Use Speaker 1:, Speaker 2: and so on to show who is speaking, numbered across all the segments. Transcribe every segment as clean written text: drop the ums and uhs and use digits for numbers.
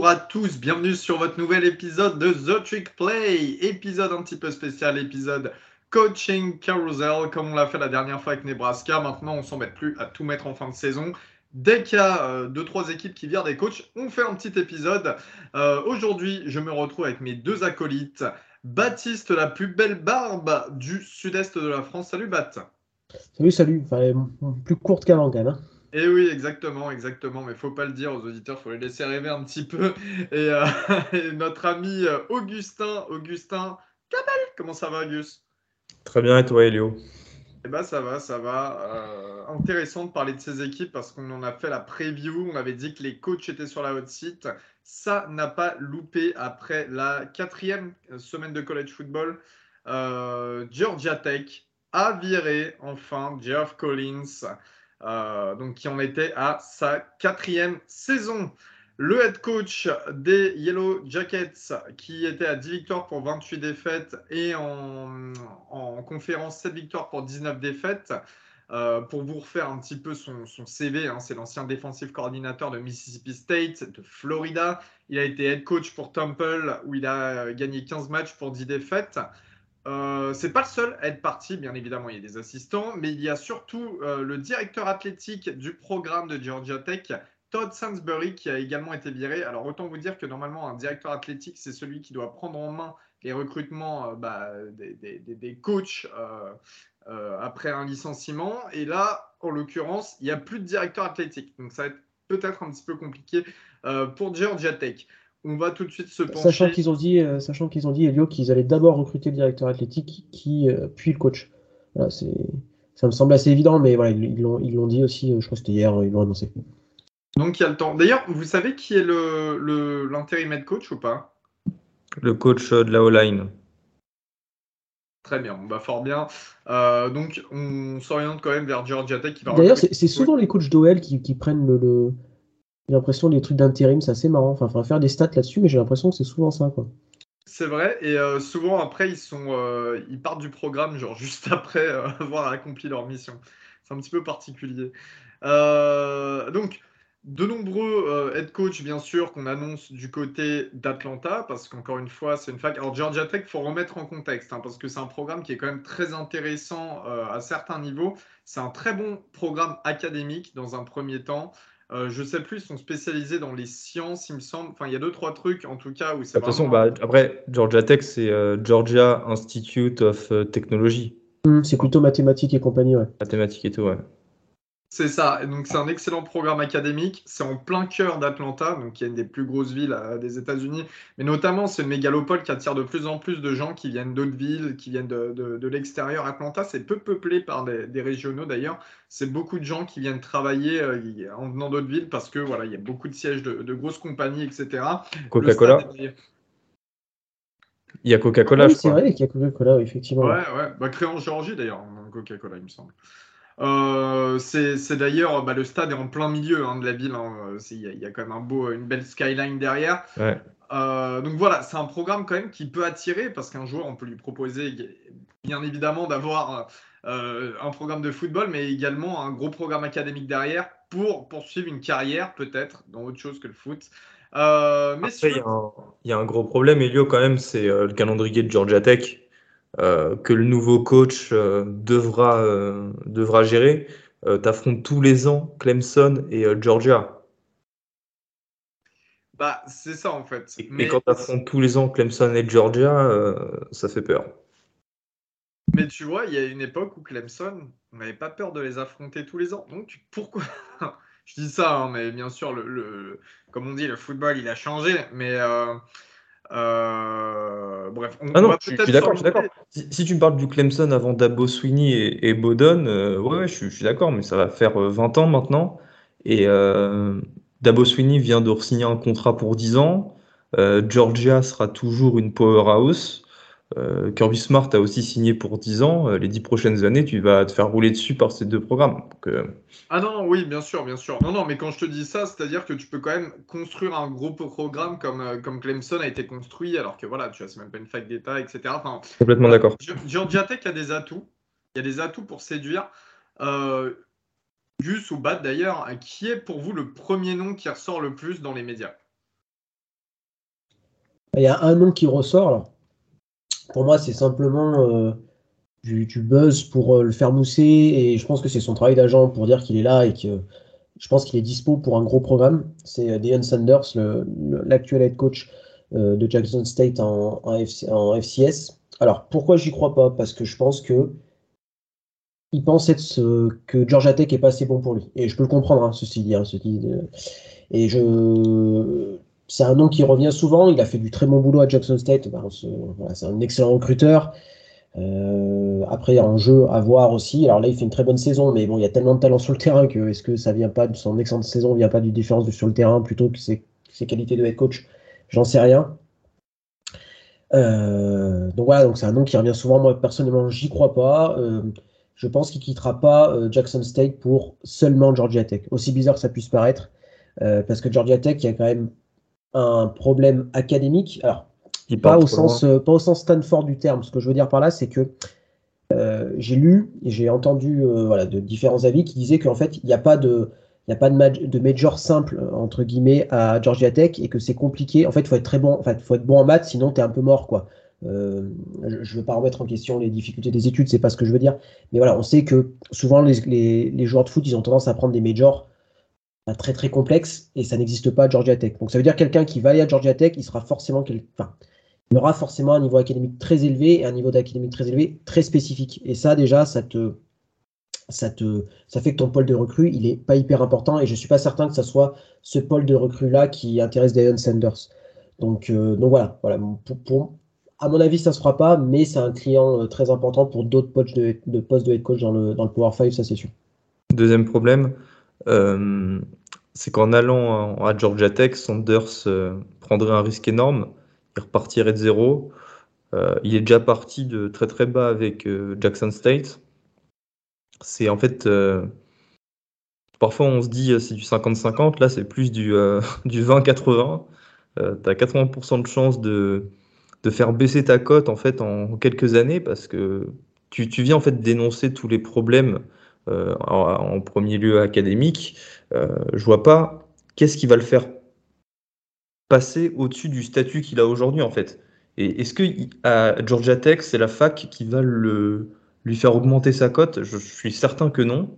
Speaker 1: Bonjour à tous, bienvenue sur votre nouvel épisode de The Trick Play, épisode un petit peu spécial, épisode Coaching Carousel, comme on l'a fait la dernière fois avec Nebraska. Maintenant, on s'embête plus à tout mettre en fin de saison. Dès qu'il y a 2-3 équipes qui virent des coachs, on fait un petit épisode. Aujourd'hui, je me retrouve avec mes deux acolytes. Baptiste, la plus belle barbe du sud-est de la France. Salut Bat.
Speaker 2: Salut. Enfin, plus courte qu'avant quand même, hein.
Speaker 1: Eh oui, exactement, mais faut pas le dire aux auditeurs, faut les laisser rêver un petit peu. Et, et notre ami Augustin Cabal, comment ça va, Gus?
Speaker 3: Très bien, et toi, Elio?
Speaker 1: Eh ben ça va. Intéressant de parler de ces équipes parce qu'on en a fait la preview, on avait dit que les coachs étaient sur la hot seat. Ça n'a pas loupé après la 4e semaine de college football. Georgia Tech a viré enfin Geoff Collins, donc qui en était à sa 4e saison. Le head coach des Yellow Jackets, qui était à 10 victoires pour 28 défaites et en conférence 7 victoires pour 19 défaites. Pour vous refaire un petit peu son CV, hein, c'est l'ancien défensif coordinateur de Mississippi State, de Florida. Il a été head coach pour Temple, où il a gagné 15 matchs pour 10 défaites. C'est pas le seul à être parti, bien évidemment, il y a des assistants, mais il y a surtout le directeur athlétique du programme de Georgia Tech, Todd Sansbury, qui a également été viré. Alors, autant vous dire que normalement, un directeur athlétique, c'est celui qui doit prendre en main les recrutements des coachs après un licenciement. Et là, en l'occurrence, il n'y a plus de directeur athlétique. Donc, ça va être peut-être un petit peu compliqué pour Georgia Tech. On va tout de suite se
Speaker 2: Sachant
Speaker 1: pencher.
Speaker 2: sachant qu'ils ont dit, Elio, qu'ils allaient d'abord recruter le directeur athlétique, puis le coach. Voilà, ça me semble assez évident, mais voilà, ils l'ont dit aussi, je crois que c'était hier, ils l'ont annoncé.
Speaker 1: Donc il y a le temps. D'ailleurs, vous savez qui est l'intérim head coach ou pas?
Speaker 3: Le coach de la O-line.
Speaker 1: Très bien, on va fort bien. Donc on s'oriente quand même vers Georgia Tech qui va
Speaker 2: D'ailleurs,
Speaker 1: recruter.
Speaker 2: c'est souvent les coachs d'OL qui prennent j'ai l'impression, les trucs d'intérim, c'est assez marrant. Enfin, faudra faire des stats là-dessus, mais j'ai l'impression que c'est souvent ça, quoi.
Speaker 1: C'est vrai, et souvent après ils partent du programme genre juste après avoir accompli leur mission. C'est un petit peu particulier. Donc de nombreux head coach bien sûr qu'on annonce du côté d'Atlanta parce qu'encore une fois c'est une fac. Alors Georgia Tech, faut remettre en contexte, hein, parce que c'est un programme qui est quand même très intéressant à certains niveaux. C'est un très bon programme académique dans un premier temps. Je sais plus, ils sont spécialisés dans les sciences, il me semble. Enfin, il y a 2-3 trucs en tout cas où c'est
Speaker 3: De toute façon,
Speaker 1: vraiment.
Speaker 3: après, Georgia Tech, c'est Georgia Institute of Technology,
Speaker 2: C'est plutôt mathématiques et compagnie, ouais.
Speaker 3: mathématiques et tout, ouais.
Speaker 1: C'est ça. Et donc, c'est un excellent programme académique. C'est en plein cœur d'Atlanta, donc qui est une des plus grosses villes des États-Unis. Mais notamment, c'est une mégalopole qui attire de plus en plus de gens qui viennent d'autres villes, qui viennent de l'extérieur. Atlanta, c'est peu peuplé par des régionaux d'ailleurs. C'est beaucoup de gens qui viennent travailler en venant d'autres villes parce que voilà, il y a beaucoup de sièges de grosses compagnies, etc. Le stade
Speaker 3: Coca-Cola.
Speaker 1: est.
Speaker 3: Il y a
Speaker 2: Ah
Speaker 3: Coca-Cola,
Speaker 2: oui,
Speaker 3: je
Speaker 2: c'est
Speaker 3: crois.
Speaker 2: vrai qu'il y a Coca-Cola, oui, effectivement, ouais.
Speaker 1: Ouais. Bah, créé en Géorgie d'ailleurs, Coca-Cola, il me semble. C'est d'ailleurs, le stade est en plein milieu de la ville, hein. Il y a quand même une belle skyline derrière.
Speaker 3: Ouais.
Speaker 1: Donc voilà, c'est un programme quand même qui peut attirer parce qu'un joueur, on peut lui proposer bien évidemment d'avoir un programme de football, mais également un gros programme académique derrière pour poursuivre une carrière peut-être dans autre chose que le foot.
Speaker 3: Après,
Speaker 1: Messieurs,
Speaker 3: il y a un gros problème, Elio, quand même, c'est le calendrier de Georgia Tech que le nouveau coach devra gérer. T'affrontes tous les ans Clemson et Georgia.
Speaker 1: c'est ça en fait.
Speaker 3: Et quand t'affrontes tous les ans Clemson et Georgia, ça fait peur.
Speaker 1: Mais tu vois, il y a une époque où Clemson, on n'avait pas peur de les affronter tous les ans. Donc pourquoi? Je dis ça, hein, mais bien sûr, comme on dit, le football, il a changé. Mais bref,
Speaker 3: Ah
Speaker 1: on
Speaker 3: non,
Speaker 1: va
Speaker 3: je suis
Speaker 1: peut-être
Speaker 3: d'accord, je suis d'accord.
Speaker 1: s'orienter.
Speaker 3: Si tu me parles du Clemson avant Dabo Swinney et Bowden, ouais, je suis d'accord, mais ça va faire 20 ans maintenant. Et Dabo Swinney vient de re-signer un contrat pour 10 ans. Georgia sera toujours une powerhouse. Kirby Smart a aussi signé pour 10 ans. Les 10 prochaines années, tu vas te faire rouler dessus par ces deux programmes. Donc,
Speaker 1: Ah non, oui, bien sûr, bien sûr. Non, non, mais quand je te dis ça, c'est-à-dire que tu peux quand même construire un gros programme comme Clemson a été construit, alors que voilà, tu vois, c'est même pas une fac d'État, etc. Enfin,
Speaker 3: complètement
Speaker 1: voilà.
Speaker 3: d'accord.
Speaker 1: Georgia Tech a des atouts. Il y a des atouts pour séduire. Euh, Gus ou Bad d'ailleurs, qui est pour vous le premier nom qui ressort le plus dans les médias?
Speaker 2: Il y a un nom qui ressort là. Pour moi, c'est simplement du buzz pour le faire mousser et je pense que c'est son travail d'agent pour dire qu'il est là et que je pense qu'il est dispo pour un gros programme. C'est Deion Sanders, l'actuel head coach de Jackson State en FCS. Alors, pourquoi j'y crois pas? Parce que je pense que il pense que Georgia Tech est pas assez bon pour lui. Et je peux le comprendre, hein, ceci dit. Et c'est un nom qui revient souvent. Il a fait du très bon boulot à Jackson State. Ben, voilà, c'est un excellent recruteur. Après, en jeu, à voir aussi. Alors là, il fait une très bonne saison, mais bon, il y a tellement de talent sur le terrain que est-ce que ça vient pas de son excellente saison, vient pas du différence sur le terrain plutôt que ses qualités de head coach? J'en sais rien. Donc voilà, donc c'est un nom qui revient souvent. Moi, personnellement, j'y crois pas. Je pense qu'il quittera pas Jackson State pour seulement Georgia Tech. Aussi bizarre que ça puisse paraître, parce que Georgia Tech, il y a quand même un problème académique. Alors,
Speaker 3: Il part trop loin.
Speaker 2: pas au sens Stanford du terme. Ce que je veux dire par là, c'est que j'ai lu et j'ai entendu voilà, de différents avis qui disaient qu'en fait, il y a pas de major simple, entre guillemets, à Georgia Tech et que c'est compliqué. En fait, il faut être très bon, enfin, faut être bon en maths, sinon tu es un peu mort, quoi. Je ne veux pas remettre en question les difficultés des études, c'est pas ce que je veux dire. Mais voilà, on sait que souvent les joueurs de foot, ils ont tendance à prendre des majors très très complexes et ça n'existe pas à Georgia Tech. Donc ça veut dire quelqu'un qui va aller à Georgia Tech, il sera forcément enfin, il aura forcément un niveau académique très élevé et un niveau d'académique très élevé, très spécifique. Et ça, déjà, ça fait que ton pôle de recrue, il est pas hyper important. Et je suis pas certain que ça soit ce pôle de recrue-là qui intéresse Deion Sanders. Donc voilà. À mon avis, ça se fera pas, mais c'est un client très important pour d'autres postes de head coach dans le Power 5, ça c'est sûr.
Speaker 3: Deuxième problème, euh, c'est qu'en allant à Georgia Tech, Sanders prendrait un risque énorme. Il repartirait de zéro. Il est déjà parti de très très bas avec Jackson State. C'est en fait, parfois on se dit c'est du 50-50, là c'est plus du 20-80. Tu as 80% de chances de faire baisser ta cote en fait en quelques années parce que tu viens en fait dénoncer tous les problèmes en premier lieu académique. Je vois pas qu'est-ce qui va le faire passer au-dessus du statut qu'il a aujourd'hui en fait. Et est-ce que à Georgia Tech c'est la fac qui va lui faire augmenter sa cote? Je suis certain que non.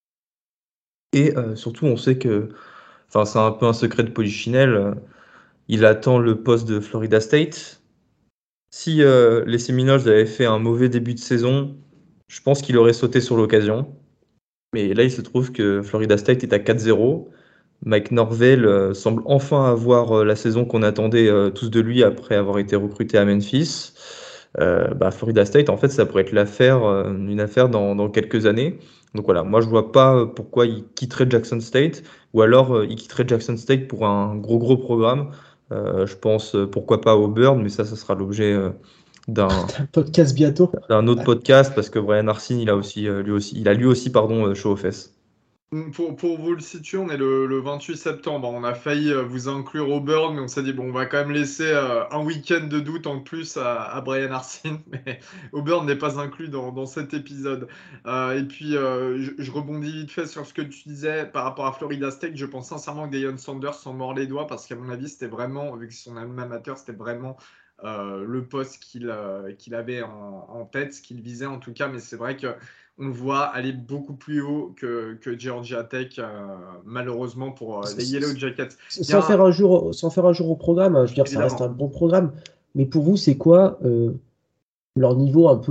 Speaker 3: Et surtout on sait que, enfin c'est un peu un secret de Polichinelle. Il attend le poste de Florida State. Si les Seminoles avaient fait un mauvais début de saison, je pense qu'il aurait sauté sur l'occasion. Mais là, il se trouve que Florida State est à 4-0. Mike Norvell semble enfin avoir la saison qu'on attendait tous de lui après avoir été recruté à Memphis. Florida State, en fait, ça pourrait être une affaire dans quelques années. Donc voilà, moi je vois pas pourquoi il quitterait Jackson State, ou alors il quitterait Jackson State pour un gros programme. Je pense pourquoi pas Auburn, mais ça sera l'objet d'un
Speaker 2: Un podcast bientôt.
Speaker 3: d'un autre podcast parce que Brian Arsene, il a lui aussi pardon chaud aux fesses.
Speaker 1: Pour vous le situer, on est le 28 septembre. On a failli vous inclure Auburn, mais on s'est dit, bon, on va quand même laisser un week-end de doute en plus à Brian Arsene. Mais Auburn n'est pas inclus dans cet épisode. Et puis, je rebondis vite fait sur ce que tu disais par rapport à Florida State. Je pense sincèrement que Deion Sanders s'en mord les doigts parce qu'à mon avis, c'était vraiment, vu que son alma amateur, c'était vraiment le poste qu'il avait en tête, ce qu'il visait en tout cas. Mais c'est vrai que on le voit aller beaucoup plus haut que Georgia Tech, malheureusement pour les Yellow Jackets. Il y a
Speaker 2: Sans faire un jour au programme, hein, je veux dire, ça reste un
Speaker 1: évidemment.
Speaker 2: bon programme. Mais pour vous, c'est quoi leur niveau un peu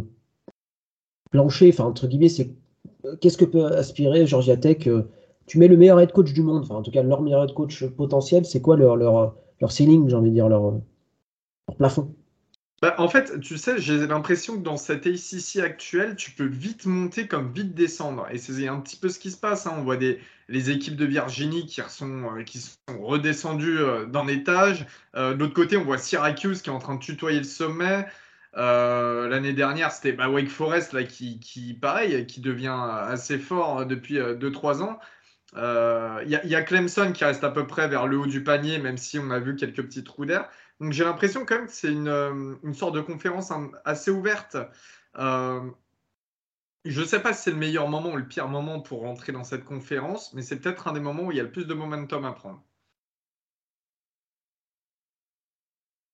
Speaker 2: plancher, enfin, entre guillemets, qu'est-ce que peut aspirer Georgia Tech? Tu mets le meilleur head coach du monde, enfin, en tout cas, leur meilleur head coach potentiel, c'est quoi leur ceiling, j'ai envie de dire, leur plafond?
Speaker 1: En fait, tu sais, j'ai l'impression que dans cette ACC actuelle, tu peux vite monter comme vite descendre. Et c'est un petit peu ce qui se passe, hein. On voit les équipes de Virginie qui sont redescendues d'un étage. De l'autre côté, on voit Syracuse qui est en train de tutoyer le sommet. L'année dernière, c'était Wake Forest là, pareil, qui devient assez fort depuis 2-3 ans. Il y a Clemson qui reste à peu près vers le haut du panier, même si on a vu quelques petits trous d'air. Donc j'ai l'impression quand même que c'est une sorte de conférence assez ouverte. Euh, je ne sais pas si c'est le meilleur moment ou le pire moment pour rentrer dans cette conférence, mais c'est peut-être un des moments où il y a le plus de momentum à prendre.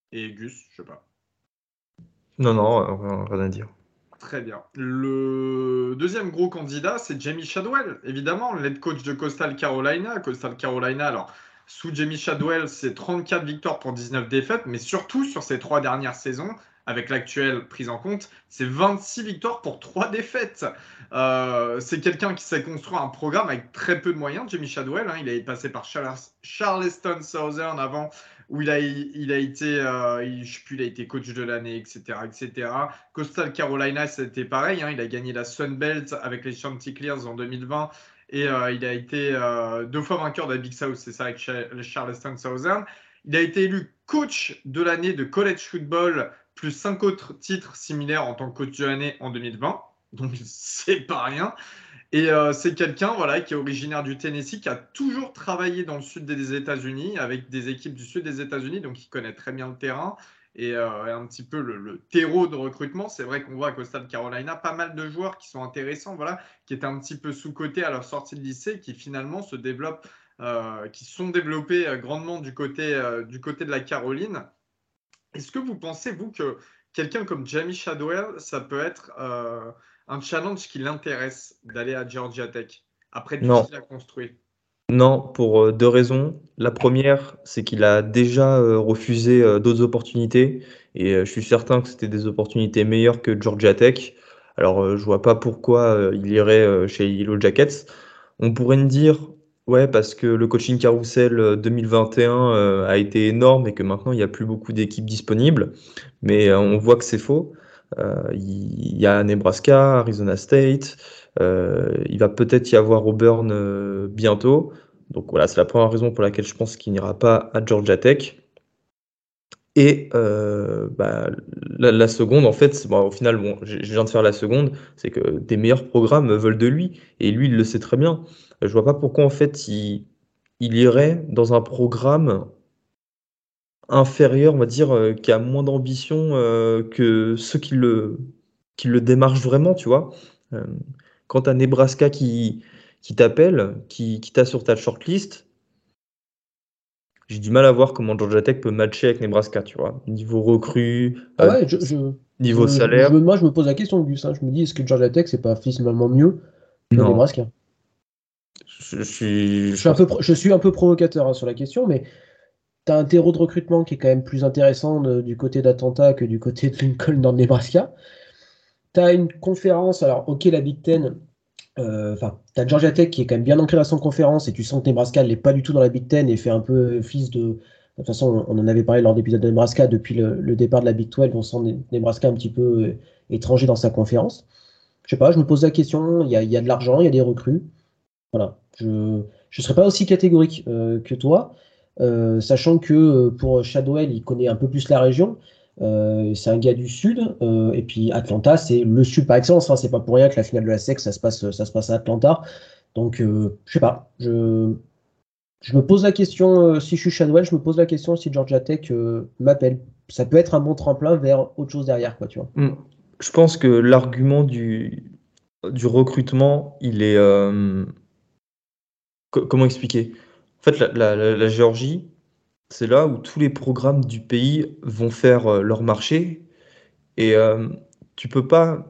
Speaker 1: Et Gus, je sais pas.
Speaker 3: Non, non, rien à dire.
Speaker 1: Très bien. Le deuxième gros candidat, c'est Jamie Shadwell, évidemment, l'head coach de Coastal Carolina. Coastal Carolina, alors, sous Jamie Shadwell, c'est 34 victoires pour 19 défaites, mais surtout sur ces 3 dernières saisons, avec l'actuelle prise en compte, c'est 26 victoires pour 3 défaites. C'est quelqu'un qui s'est construit un programme avec très peu de moyens, Jamie Shadwell. Il est passé par Charleston Southern avant, où il a été, je sais plus, il a été coach de l'année, etc., etc. Coastal Carolina, c'était pareil. Il a gagné la Sun Belt avec les Chanticleers en 2020 et il a été 2 fois vainqueur de la Big South, c'est ça, avec le Charleston Southern. Il a été élu coach de l'année de college football, plus 5 autres titres similaires en tant que coach de l'année en 2020. Donc, c'est pas rien. Et c'est quelqu'un voilà, qui est originaire du Tennessee, qui a toujours travaillé dans le sud des États-Unis, avec des équipes du sud des États-Unis, donc il connaît très bien le terrain et un petit peu le terreau de recrutement. C'est vrai qu'on voit à Coastal Carolina pas mal de joueurs qui sont intéressants, voilà, qui étaient un petit peu sous-cotés à leur sortie de lycée, qui finalement se développent, qui sont développés grandement du côté de la Caroline. Est-ce que vous pensez, vous, que quelqu'un comme Jamie Shadwell, ça peut être un challenge qui l'intéresse d'aller à Georgia Tech après tout ce
Speaker 3: Non,
Speaker 1: qu'il a construit?
Speaker 3: non, pour deux raisons. La première, c'est qu'il a déjà refusé d'autres opportunités et je suis certain que c'était des opportunités meilleures que Georgia Tech. Alors, je vois pas pourquoi il irait chez Yellow Jackets. On pourrait me dire, ouais, parce que le coaching carousel 2021 a été énorme et que maintenant il n'y a plus beaucoup d'équipes disponibles. Mais on voit que c'est faux. Il y a Nebraska, Arizona State. Il va peut-être y avoir Auburn bientôt. Donc voilà, c'est la première raison pour laquelle je pense qu'il n'ira pas à Georgia Tech. Et la seconde, en fait, bon, au final, bon, je viens de faire la seconde, c'est que des meilleurs programmes veulent de lui, et lui, il le sait très bien. Je vois pas pourquoi, en fait, il irait dans un programme inférieur, on va dire, qui a moins d'ambition que ceux qui le démarchent vraiment, tu vois. Euh, Quand tu as Nebraska qui t'appelle, qui t'a sur ta shortlist, j'ai du mal à voir comment Georgia Tech peut matcher avec Nebraska, tu vois. Niveau recrue,
Speaker 2: Ah ouais,
Speaker 3: niveau salaire.
Speaker 2: moi je me pose la question, Gus. Je me dis, est-ce que Georgia Tech, c'est pas finalement mieux que
Speaker 3: Non,
Speaker 2: Nebraska?
Speaker 3: je pense pas.
Speaker 2: Je suis un peu provocateur sur la question, mais tu as un terreau de recrutement qui est quand même plus intéressant du côté d'Atlanta que du côté de Lincoln dans le Nebraska. Tu as une conférence, alors ok, la Big Ten, tu as Georgia Tech qui est quand même bien ancré dans son conférence et tu sens que Nebraska n'est pas du tout dans la Big Ten et fait un peu fils de. De toute façon, on en avait parlé lors d'épisode de Nebraska, depuis le départ de la Big 12, on sent Nebraska un petit peu étranger dans sa conférence. Je sais pas, je me pose la question, il y a de l'argent, il y a des recrues. Voilà. Je ne serais pas aussi catégorique que toi, sachant que pour Shadwell, il connaît un peu plus la région. C'est un gars du sud, et puis Atlanta, c'est le sud par excellence. C'est pas pour rien que la finale de la SEC, ça se passe à Atlanta. Donc, je sais pas. Je me pose la question, si je suis Shadwell, je me pose la question si Georgia Tech m'appelle. Ça peut être un bon tremplin vers autre chose derrière, quoi, tu vois.
Speaker 3: Hmm. Je pense que l'argument du recrutement, il est... comment expliquer? En fait, la Géorgie, c'est là où tous les programmes du pays vont faire leur marché. Et tu peux pas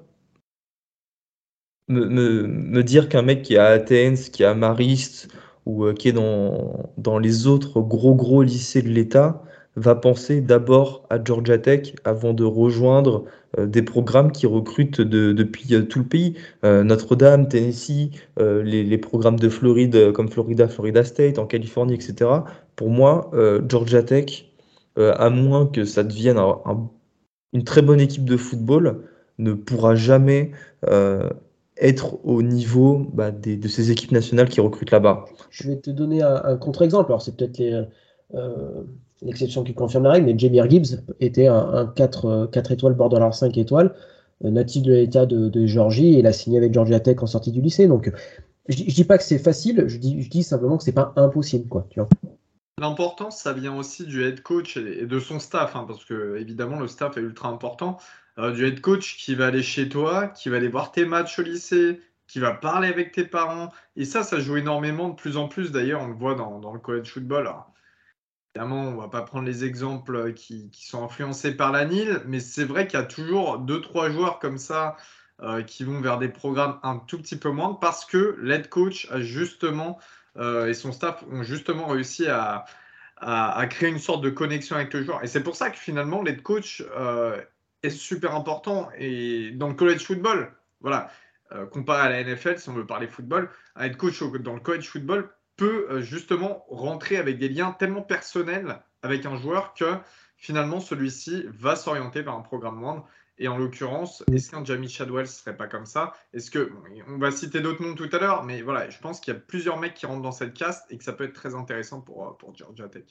Speaker 3: me dire qu'un mec qui est à Athens, qui est à Marist ou qui est dans les autres gros lycées de l'État va penser d'abord à Georgia Tech avant de rejoindre des programmes qui recrutent depuis tout le pays. Notre-Dame, Tennessee, les programmes de Floride comme Florida, Florida State, en Californie, etc. Pour moi, Georgia Tech, à moins que ça devienne une très bonne équipe de football, ne pourra jamais euh, être au niveau de ces équipes nationales qui recrutent là-bas.
Speaker 2: Je vais te donner un contre-exemple. Alors, c'est peut-être euh, l'exception qui confirme la règle, mais Jahmyr Gibbs était un 4 étoiles, borderline 5 étoiles, natif de l'État de Géorgie, et il a signé avec Georgia Tech en sortie du lycée. Donc, je dis pas que c'est facile, je dis simplement que c'est pas impossible, quoi, tu vois.
Speaker 1: L'important, ça vient aussi du head coach et de son staff, parce que évidemment le staff est ultra important. Du head coach qui va aller chez toi, qui va aller voir tes matchs au lycée, qui va parler avec tes parents. Et ça joue énormément de plus en plus d'ailleurs, on le voit dans le college football. Alors, Évidemment, on ne va pas prendre les exemples qui sont influencés par la NIL, mais c'est vrai qu'il y a toujours 2-3 joueurs comme ça qui vont vers des programmes un tout petit peu moindres parce que l'head coach a justement et son staff ont justement réussi à créer une sorte de connexion avec le joueur. Et c'est pour ça que finalement, l'head coach est super important. Et dans le college football, voilà, comparé à la NFL, si on veut parler football, un head coach dans le college football peut justement rentrer avec des liens tellement personnels avec un joueur que finalement celui-ci va s'orienter vers un programme moindre. Et en l'occurrence, est-ce qu'un Jamie Chadwell ne serait pas comme ça? Est-ce que on va citer d'autres noms tout à l'heure, mais voilà, je pense qu'il y a plusieurs mecs qui rentrent dans cette caste et que ça peut être très intéressant pour Georgia Tech.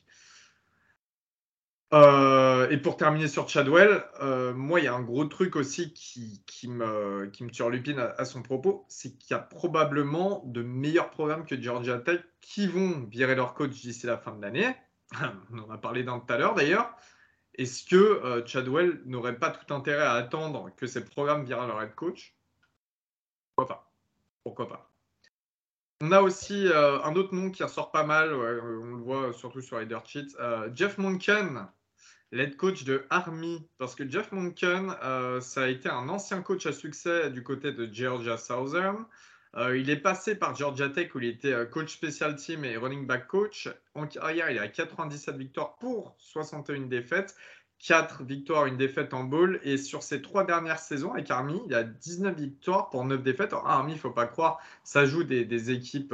Speaker 1: Et pour terminer sur Chadwell, moi, il y a un gros truc aussi qui me turlupine à son propos, c'est qu'il y a probablement de meilleurs programmes que Georgia Tech qui vont virer leur coach d'ici la fin de l'année. On en a parlé d'un tout à l'heure d'ailleurs. Est-ce que Chadwell n'aurait pas tout intérêt à attendre que ces programmes virent leur head coach? Pourquoi pas? Pourquoi pas? On a aussi un autre nom qui ressort pas mal, on le voit surtout sur les dirt sheets, Jeff Monken, l'head coach de Army, parce que Jeff Monken, ça a été un ancien coach à succès du côté de Georgia Southern. Il est passé par Georgia Tech où il était coach special team et running back coach. En carrière, il a 97 victoires pour 61 défaites. 4 victoires, 1 défaite en bowl. Et sur ses 3 dernières saisons avec Army, il a 19 victoires pour 9 défaites. Alors, Army, il ne faut pas croire, ça joue des équipes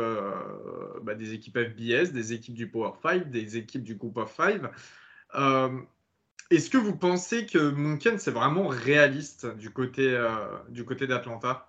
Speaker 1: FBS, des équipes du Power 5, des équipes du Group of 5. Est-ce que vous pensez que Monken, c'est vraiment réaliste du côté d'Atlanta?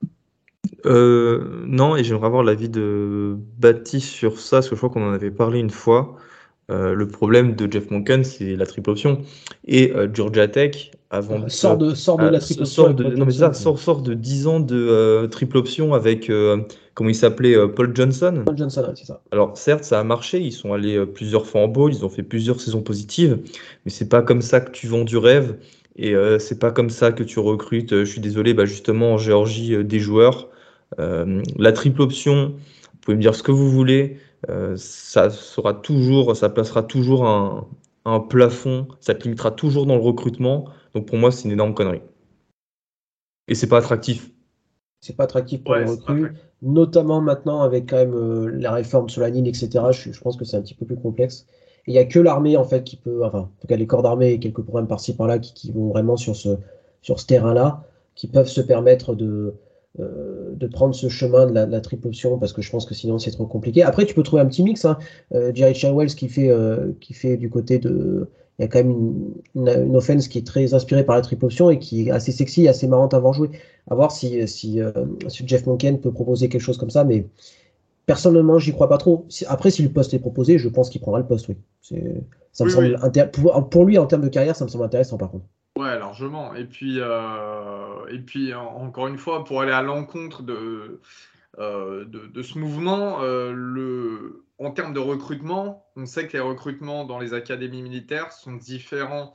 Speaker 3: Non, et j'aimerais avoir l'avis de Baptiste sur ça, parce que je crois qu'on en avait parlé une fois. Le problème de Jeff Monken, c'est la triple option. Et Georgia Tech a vendu.
Speaker 2: Sort de la triple option.
Speaker 3: Non, mais ça, sort de 10 ans de triple option avec, comment il s'appelait, Paul Johnson.
Speaker 2: Paul Johnson, ouais, c'est ça.
Speaker 3: Alors, certes, ça a marché. Ils sont allés plusieurs fois en bowl. Ils ont fait plusieurs saisons positives. Mais c'est pas comme ça que tu vends du rêve. Et c'est pas comme ça que tu recrutes. Je suis désolé, justement, en Géorgie, des joueurs. La triple option, vous pouvez me dire ce que vous voulez. Ça placera toujours un plafond, ça te limitera toujours dans le recrutement. Donc pour moi, c'est une énorme connerie. Et c'est pas attractif.
Speaker 2: C'est pas attractif pour les recrues, notamment maintenant avec quand même la réforme sur la NIL, etc. Je pense que c'est un petit peu plus complexe. Et il n'y a que l'armée en fait qui peut, enfin, en tout cas les corps d'armée et quelques programmes par-ci par-là qui vont vraiment sur ce terrain-là, qui peuvent se permettre de prendre ce chemin de la triple option parce que je pense que sinon c'est trop compliqué. Après, tu peux trouver un petit mix, hein. Jerry Chadwell qui fait du côté de. Il y a quand même une offense qui est très inspirée par la triple option et qui est assez sexy, assez marrante à voir jouer. À voir si Jeff Monken peut proposer quelque chose comme ça, mais personnellement, j'y crois pas trop. Après, si le poste est proposé, je pense qu'il prendra le poste, oui. Ça me semble pour lui, en termes de carrière, ça me semble intéressant par contre.
Speaker 1: Ouais, largement. Et puis encore une fois, pour aller à l'encontre de ce mouvement, en termes de recrutement, on sait que les recrutements dans les académies militaires sont différents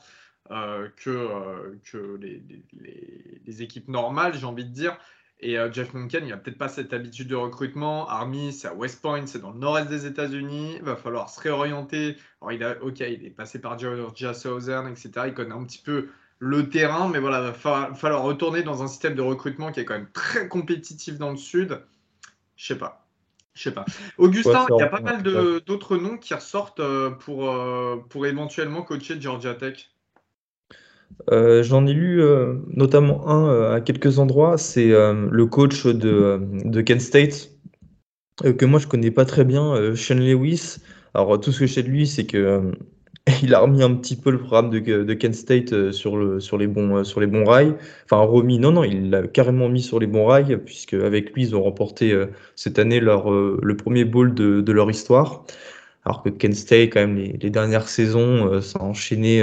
Speaker 1: que les équipes normales, j'ai envie de dire. Et Jeff Monken, il n'a peut-être pas cette habitude de recrutement. Army, c'est à West Point, c'est dans le nord-est des États-Unis. Il va falloir se réorienter. Alors, il est passé par Georgia Southern, etc. Il connaît un petit peu le terrain, mais voilà, il va falloir retourner dans un système de recrutement qui est quand même très compétitif dans le sud. Je sais pas. Augustin, il y a pas mal d'autres noms qui ressortent pour éventuellement coacher Georgia Tech.
Speaker 3: J'en ai lu notamment un à quelques endroits, c'est le coach de Kent State, que moi je connais pas très bien, Sean Lewis. Alors tout ce que je sais de lui, c'est que il a remis un petit peu le programme de Kent State sur les bons rails. Enfin remis, non, il l'a carrément mis sur les bons rails, puisque avec lui ils ont remporté cette année le premier bowl de leur histoire. Alors que Kent State, quand même, les dernières saisons, ça a enchaîné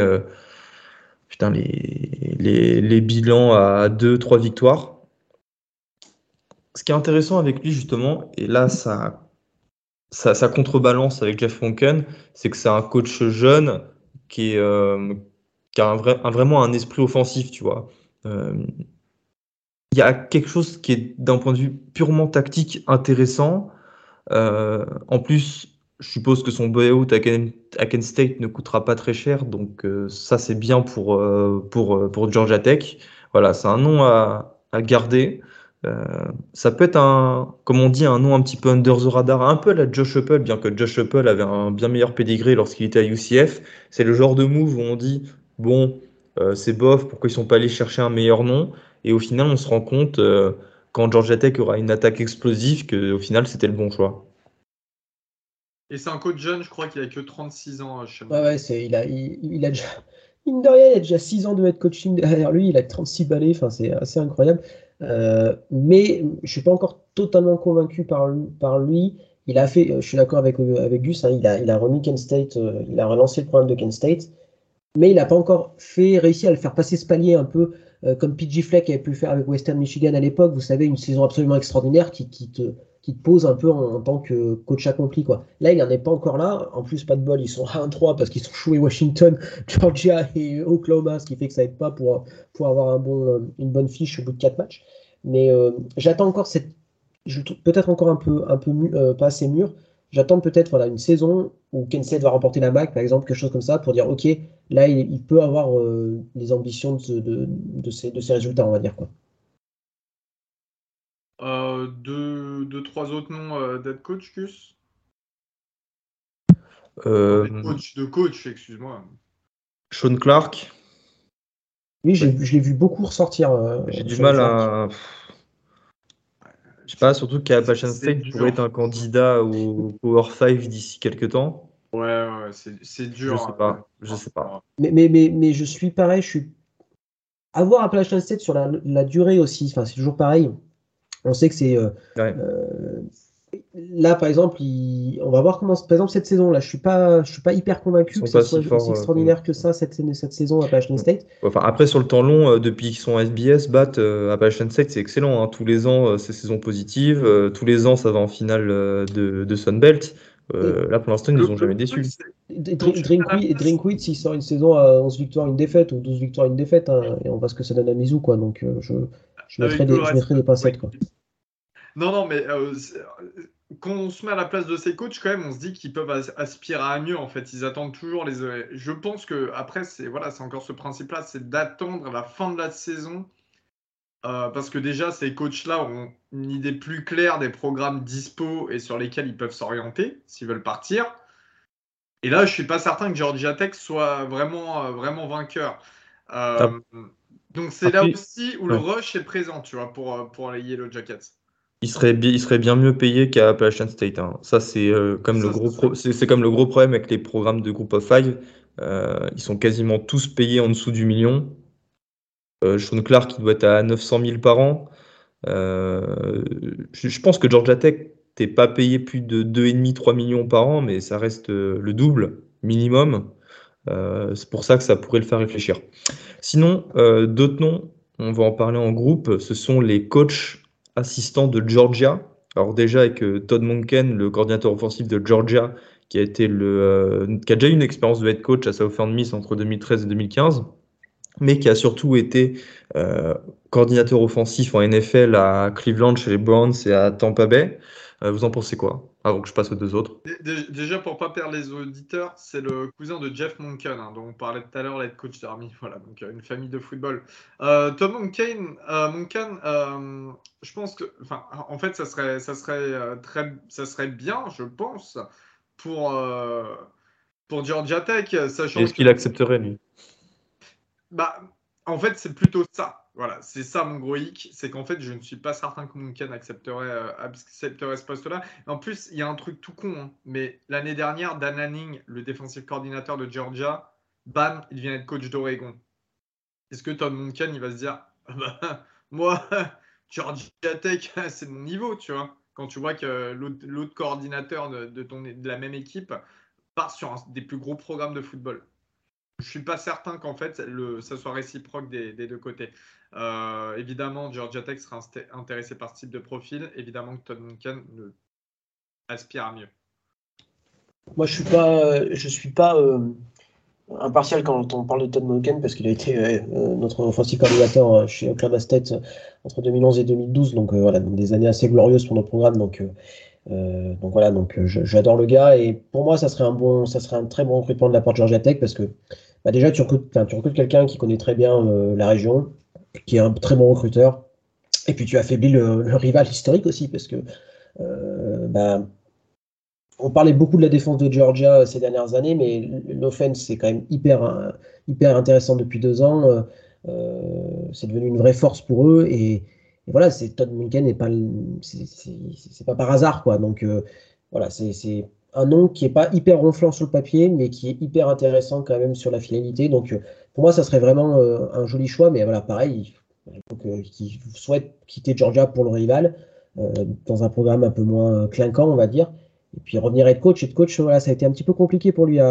Speaker 3: les bilans à 2-3 victoires. Ce qui est intéressant avec lui, justement, et là, ça contrebalance avec Jeff Monken, c'est que c'est un coach jeune qui a vraiment un esprit offensif, tu vois. Il y a quelque chose qui est, d'un point de vue purement tactique, intéressant. En plus, Je suppose que son buyout à Kent State ne coûtera pas très cher, donc ça c'est bien pour Georgia Tech. Voilà, c'est un nom à garder. Euh, Ça peut être comme on dit, un nom un petit peu under the radar, un peu la Josh Heupel, bien que Josh Heupel avait un bien meilleur pedigree lorsqu'il était à UCF. C'est le genre de move où on dit, bon, c'est bof, pourquoi ils sont pas allés chercher un meilleur nom? Et au final, on se rend compte, quand Georgia Tech aura une attaque explosive, qu'au final, c'était le bon choix.
Speaker 1: Et c'est un coach jeune, je crois qu'il a que 36 ans,
Speaker 2: Ouais,
Speaker 1: Sean.
Speaker 2: ouais, il a déjà, mine de rien, il a déjà 6 ans de head coaching derrière lui, il a 36 balais, enfin, c'est assez incroyable. Mais je suis pas encore totalement convaincu par lui. Il a fait, je suis d'accord avec Gus, hein, il a remis Kent State, il a relancé le programme de Kent State, mais il n'a pas encore réussi à le faire passer ce palier un peu comme PJ Fleck avait pu le faire avec Western Michigan à l'époque. Vous savez, une saison absolument extraordinaire qui te pose un peu en tant que coach accompli, quoi. Là, il n'en est pas encore là. En plus, pas de bol, ils sont à 1-3 parce qu'ils sont joués Washington, Georgia et Oklahoma, ce qui fait que ça n'aide pas pour avoir une bonne fiche au bout de 4 matchs. Mais j'attends encore je le trouve peut-être encore pas assez mûr. J'attends peut-être voilà, une saison où Kent State va remporter la MAC, par exemple, quelque chose comme ça, pour dire, OK, là, il peut avoir les ambitions de ces résultats, on va dire, quoi.
Speaker 1: Trois autres noms d'head coach, Gus?
Speaker 3: Euh,
Speaker 1: De coach, excuse-moi.
Speaker 3: Sean Clark,
Speaker 2: Oui, je l'ai vu beaucoup ressortir
Speaker 3: j'ai du
Speaker 2: sur les
Speaker 3: mal
Speaker 2: arcs.
Speaker 3: à. Je sais pas, surtout qu'Appalachian
Speaker 1: C'est
Speaker 3: State pourrait
Speaker 1: dur.
Speaker 3: être un candidat au Power 5 d'ici quelques temps.
Speaker 1: Ouais, ouais, c'est
Speaker 3: Je
Speaker 1: dur.
Speaker 3: sais pas, je sais pas.
Speaker 2: Mais je suis pareil, avoir Appalachian State sur la durée aussi, enfin, c'est toujours pareil. On sait que c'est.
Speaker 3: Ouais,
Speaker 2: Euh, Là, par exemple, on va voir comment, par exemple, cette saison-là, je suis pas hyper
Speaker 3: ils
Speaker 2: convaincu que
Speaker 3: sont
Speaker 2: ça
Speaker 3: pas si
Speaker 2: soit aussi
Speaker 3: forts.
Speaker 2: extraordinaire que ça cette saison à Appalachian State.
Speaker 3: Enfin, après, sur le temps long, depuis qu'ils sont FBS, Appalachian State, c'est excellent, hein. Tous les ans, c'est saison positive. Tous les ans, ça va en finale de Sun Belt.
Speaker 2: Et,
Speaker 3: Là, pour l'instant, ils nous ont jamais
Speaker 1: Le truc,
Speaker 3: déçus.
Speaker 1: c'est quand tu fais la place.
Speaker 2: Drinkwitz, il sort une saison à 11 victoires, une défaite, ou 12 victoires, une défaite, hein, et on voit ce que ça donne à Mizzou, quoi. Donc, je mettrai
Speaker 1: Avec tout le
Speaker 2: je mettrai
Speaker 1: respect.
Speaker 2: des pincettes, quoi.
Speaker 1: Non, non, mais quand on se met à la place de ces coachs, quand même, on se dit qu'ils peuvent aspirer à mieux. En fait, ils attendent toujours les. Je pense que après, c'est encore ce principe-là, c'est d'attendre la fin de la saison, parce que déjà, ces coachs-là ont une idée plus claire des programmes dispo et sur lesquels ils peuvent s'orienter s'ils veulent partir. Et là, je suis pas certain que Georgia Tech soit vraiment vainqueur.
Speaker 3: Ap-
Speaker 1: Euh, donc c'est là
Speaker 3: Après,
Speaker 1: aussi où le
Speaker 3: ouais.
Speaker 1: rush est présent, tu vois, pour les Yellow Jackets.
Speaker 3: Il serait bien mieux payé qu'à Appalachian State, hein. Ça, c'est comme le
Speaker 1: Ça,
Speaker 3: gros
Speaker 1: c'est sûr.
Speaker 3: c'est comme le gros problème avec les programmes de Group of Five. Ils sont quasiment tous payés en dessous du million. Sean Clark, il doit être à 900 000 par an. Je pense que Georgia Tech, t'es pas payé plus de 2,5 3 millions par an, mais ça reste le double minimum. C'est pour ça que ça pourrait le faire réfléchir. Sinon, d'autres noms, on va en parler en groupe, ce sont les coachs assistants de Georgia. Alors déjà avec Todd Monken, le coordinateur offensif de Georgia, qui a déjà eu une expérience de head coach à Southern Miss entre 2013 et 2015, mais qui a surtout été euh, coordinateur offensif en NFL à Cleveland chez les Browns et à Tampa Bay. Vous en pensez quoi? Avant que je passe aux deux autres.
Speaker 1: Déjà, pour pas perdre les auditeurs, c'est le cousin de Jeff Monken, hein, dont on parlait tout à l'heure, l'head coach d'Army. Voilà, donc une famille de football. Tom Monken, je pense que, enfin, en fait, ça serait bien, je pense, pour pour Georgia Tech, sachant
Speaker 3: Est-ce
Speaker 1: que
Speaker 3: qu'il accepterait, lui?
Speaker 1: bah, en fait, c'est plutôt ça. Voilà, c'est ça mon gros hic, c'est qu'en fait, je ne suis pas certain que Munchen accepterait ce poste-là. En plus, il y a un truc tout con, hein, mais l'année dernière, Dan Lanning, le défensif coordinateur de Georgia, bam, il vient être coach d'Oregon. Est-ce que Todd Monken, il va se dire, ah bah, moi, Georgia Tech, c'est mon niveau, tu vois, quand tu vois que l'autre coordinateur de la même équipe part sur des plus gros programmes de football. Je suis pas certain qu'en fait ça soit réciproque des deux côtés. Évidemment, Georgia Tech sera intéressé par ce type de profil. Évidemment que Todd Monken aspire à mieux.
Speaker 2: Moi, je suis pas impartial quand on parle de Todd Monken parce qu'il a été notre offensive coordinateur chez Oklahoma State entre 2011 et 2012, donc voilà, donc des années assez glorieuses pour notre programme. Donc Donc voilà, j'adore le gars et pour moi ça serait un très bon recrutement de la part de Georgia Tech parce que bah, déjà tu recrutes quelqu'un qui connaît très bien la région, qui est un très bon recruteur et puis tu affaiblis le rival historique aussi parce que bah, on parlait beaucoup de la défense de Georgia ces dernières années, mais l'offense c'est quand même hyper intéressant depuis 2 ans. C'est devenu une vraie force pour eux et voilà, Todd Monken n'est pas, c'est pas par hasard quoi. Donc voilà, c'est un nom qui est pas hyper ronflant sur le papier, mais qui est hyper intéressant quand même sur la finalité. Donc pour moi, ça serait vraiment un joli choix, mais voilà, pareil, il faut qu'il souhaite quitter Georgia pour le rival dans un programme un peu moins clinquant, on va dire. Et puis revenir head coach. Head coach, voilà, ça a été un petit peu compliqué pour lui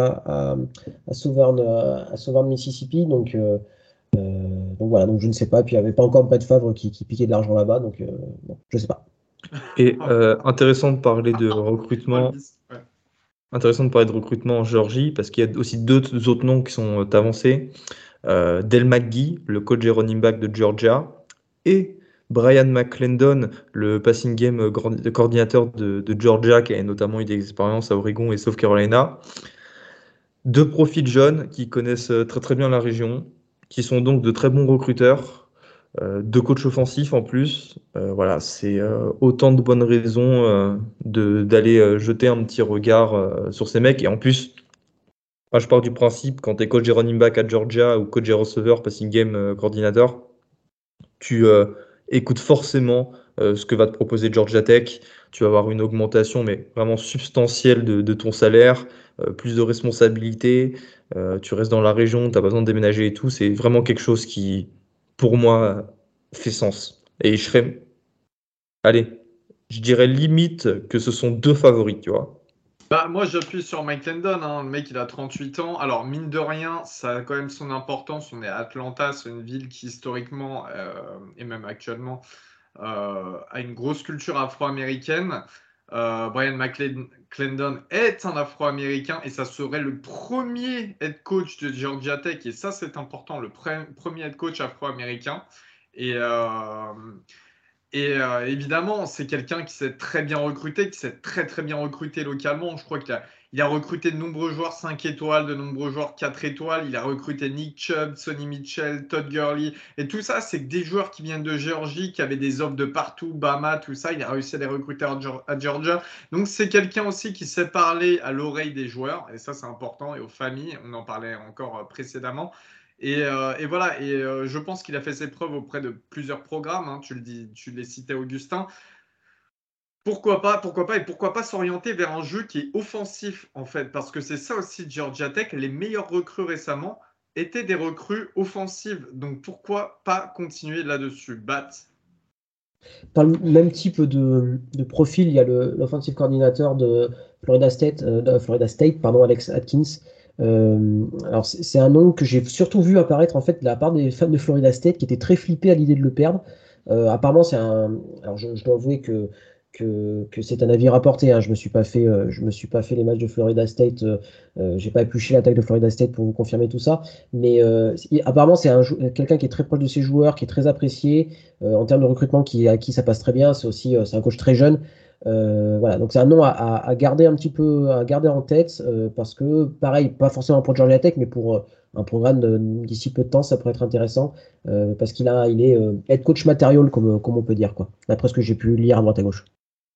Speaker 2: à Southern Mississippi. Donc voilà, donc je ne sais pas. Puis il n'y avait pas encore Brett Favre qui piquait de l'argent là-bas. Donc bon, je ne sais pas.
Speaker 3: Et intéressant de parler de recrutement.
Speaker 1: Ouais.
Speaker 3: Intéressant de parler de recrutement en Géorgie parce qu'il y a aussi deux autres noms qui sont avancés. Del McGee, le coach et running back de Georgia, et Brian McClendon, le passing game coordinateur de Georgia, qui a notamment eu des expériences à Oregon et South Carolina. Deux profils jeunes qui connaissent très très bien la région, qui sont donc de très bons recruteurs, deux coachs offensifs en plus. Voilà, c'est autant de bonnes raisons d'aller jeter un petit regard sur ces mecs. Et en plus, moi, je pars du principe, quand tu es coach des running back à Georgia ou coach des receveurs, passing game coordinateur, tu écoutes forcément ce que va te proposer Georgia Tech. Tu vas avoir une augmentation, mais vraiment substantielle de ton salaire, plus de responsabilités. Tu restes dans la région, tu n'as pas besoin de déménager et tout. C'est vraiment quelque chose qui, pour moi, fait sens. Et je serais, allez, je dirais limite que ce sont deux favoris, tu vois.
Speaker 1: Bah, moi, j'appuie sur Mike Lendon, hein. Le mec, il a 38 ans. Alors, mine de rien, ça a quand même son importance. On est à Atlanta, c'est une ville qui, historiquement, et même actuellement, a une grosse culture afro-américaine. Brian McClendon est un afro-américain et ça serait le premier head coach de Georgia Tech. Et ça, c'est important, le premier head coach afro-américain. Et, évidemment, c'est quelqu'un qui s'est très bien recruté, qui s'est très très bien recruté localement. Je crois il a recruté de nombreux joueurs 5 étoiles, de nombreux joueurs 4 étoiles. Il a recruté Nick Chubb, Sonny Mitchell, Todd Gurley. Et tout ça, c'est que des joueurs qui viennent de Géorgie, qui avaient des offres de partout, Bama, tout ça. Il a réussi à les recruter à Georgia. Donc c'est quelqu'un aussi qui sait parler à l'oreille des joueurs. Et ça, c'est important. Et aux familles, on en parlait encore précédemment. Et voilà, je pense qu'il a fait ses preuves auprès de plusieurs programmes, hein, tu les citais, Augustin. Pourquoi pas, et pourquoi pas s'orienter vers un jeu qui est offensif, en fait, parce que c'est ça aussi Georgia Tech, les meilleurs recrues récemment étaient des recrues offensives, donc pourquoi pas continuer là-dessus, Bat?
Speaker 2: Dans le même type de profil, il y a l'offensive coordinateur de Florida State, pardon, Alex Atkins. Alors c'est un nom que j'ai surtout vu apparaître en fait de la part des fans de Florida State qui étaient très flippés à l'idée de le perdre. Apparemment c'est un. Alors je dois avouer que c'est un avis rapporté, hein. Je me suis pas fait les matchs de Florida State. J'ai pas épluché l'attaque de Florida State pour vous confirmer tout ça. Mais apparemment c'est quelqu'un qui est très proche de ses joueurs, qui est très apprécié en termes de recrutement, à qui ça passe très bien. C'est aussi c'est un coach très jeune. Voilà, donc c'est un nom à garder un petit peu, à garder en tête parce que pareil, pas forcément pour Georgia Tech, mais pour un programme d'ici peu de temps, ça pourrait être intéressant parce il est head coach matériel comme on peut dire quoi, d'après ce que j'ai pu lire à droite à gauche.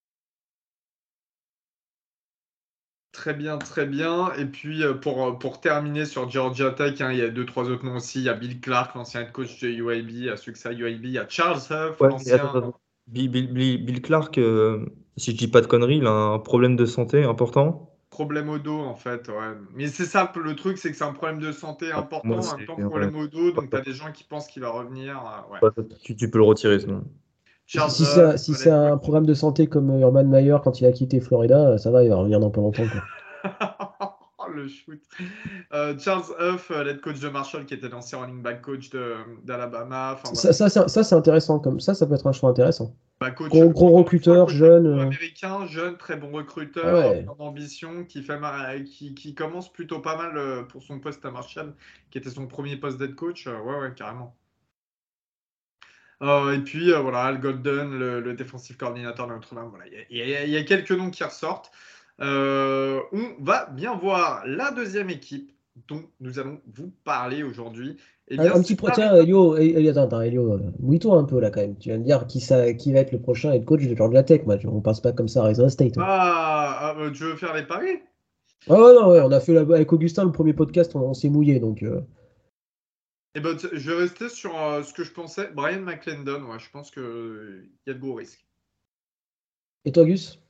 Speaker 1: Très bien, très bien. Et puis pour terminer sur Georgia Tech, hein, il y a deux, trois autres noms aussi. Il y a Bill Clark, l'ancien head coach de UAB, à succès à UAB. Il y a Charles Huff,
Speaker 3: Ouais, mais
Speaker 1: l'ancien.
Speaker 3: attends. Bill Clark, si je dis pas de conneries, il a un problème de santé important.
Speaker 1: Problème au dos, en fait, ouais. Mais c'est ça, le truc, c'est que c'est un problème de santé
Speaker 3: Ah, moi,
Speaker 1: important, en même
Speaker 3: c'est
Speaker 1: temps,
Speaker 3: ouais.
Speaker 1: problème au dos, donc tu as des gens qui pensent qu'il va revenir. Ouais.
Speaker 3: Ouais, tu peux le retirer sinon.
Speaker 1: Charles Huff,
Speaker 2: Si c'est
Speaker 1: l'head
Speaker 2: un
Speaker 1: coach.
Speaker 2: programme de santé comme Urban Meyer quand il a quitté Florida, ça va, il va revenir dans pas longtemps quoi.
Speaker 1: Oh, le shoot. Charles Huff, l'head coach de Marshall, qui était l'ancien running back coach d'Alabama. Enfin, voilà.
Speaker 2: Ça c'est intéressant comme ça peut être un choix intéressant.
Speaker 1: Bah, coach,
Speaker 2: Gros
Speaker 1: encore une fois,
Speaker 2: recruteur,
Speaker 1: coach
Speaker 2: jeune.
Speaker 1: afro-américain, jeune, très bon
Speaker 2: Ah
Speaker 1: recruteur,
Speaker 2: ouais.
Speaker 1: plein d'ambition, qui commence plutôt pas mal pour son poste à Marshall, qui était son premier poste d'head coach. Ouais, ouais, carrément. Et puis, voilà, Al Golden, le défensif coordinateur de Notre-Dame. Voilà, il y a quelques noms qui ressortent. On va bien voir la deuxième équipe dont nous allons vous parler aujourd'hui. Eh bien,
Speaker 2: Un petit
Speaker 1: c'est
Speaker 2: pro, tiens,
Speaker 1: Arizona.
Speaker 2: Attends, Elio, mouille-toi un peu là quand même. Tu vas me dire qui va être le prochain head coach de Georgia Tech, match. On passe pas comme ça à Arizona State, hein.
Speaker 1: Tu veux faire les paris?
Speaker 2: Ah ouais, non, ouais, on a fait avec Augustin le premier podcast, on s'est mouillé donc.
Speaker 1: Eh ben, je vais rester sur ce que je pensais. Brian McClendon, ouais, je pense qu'il y a de gros risques.
Speaker 2: Et toi, Gus?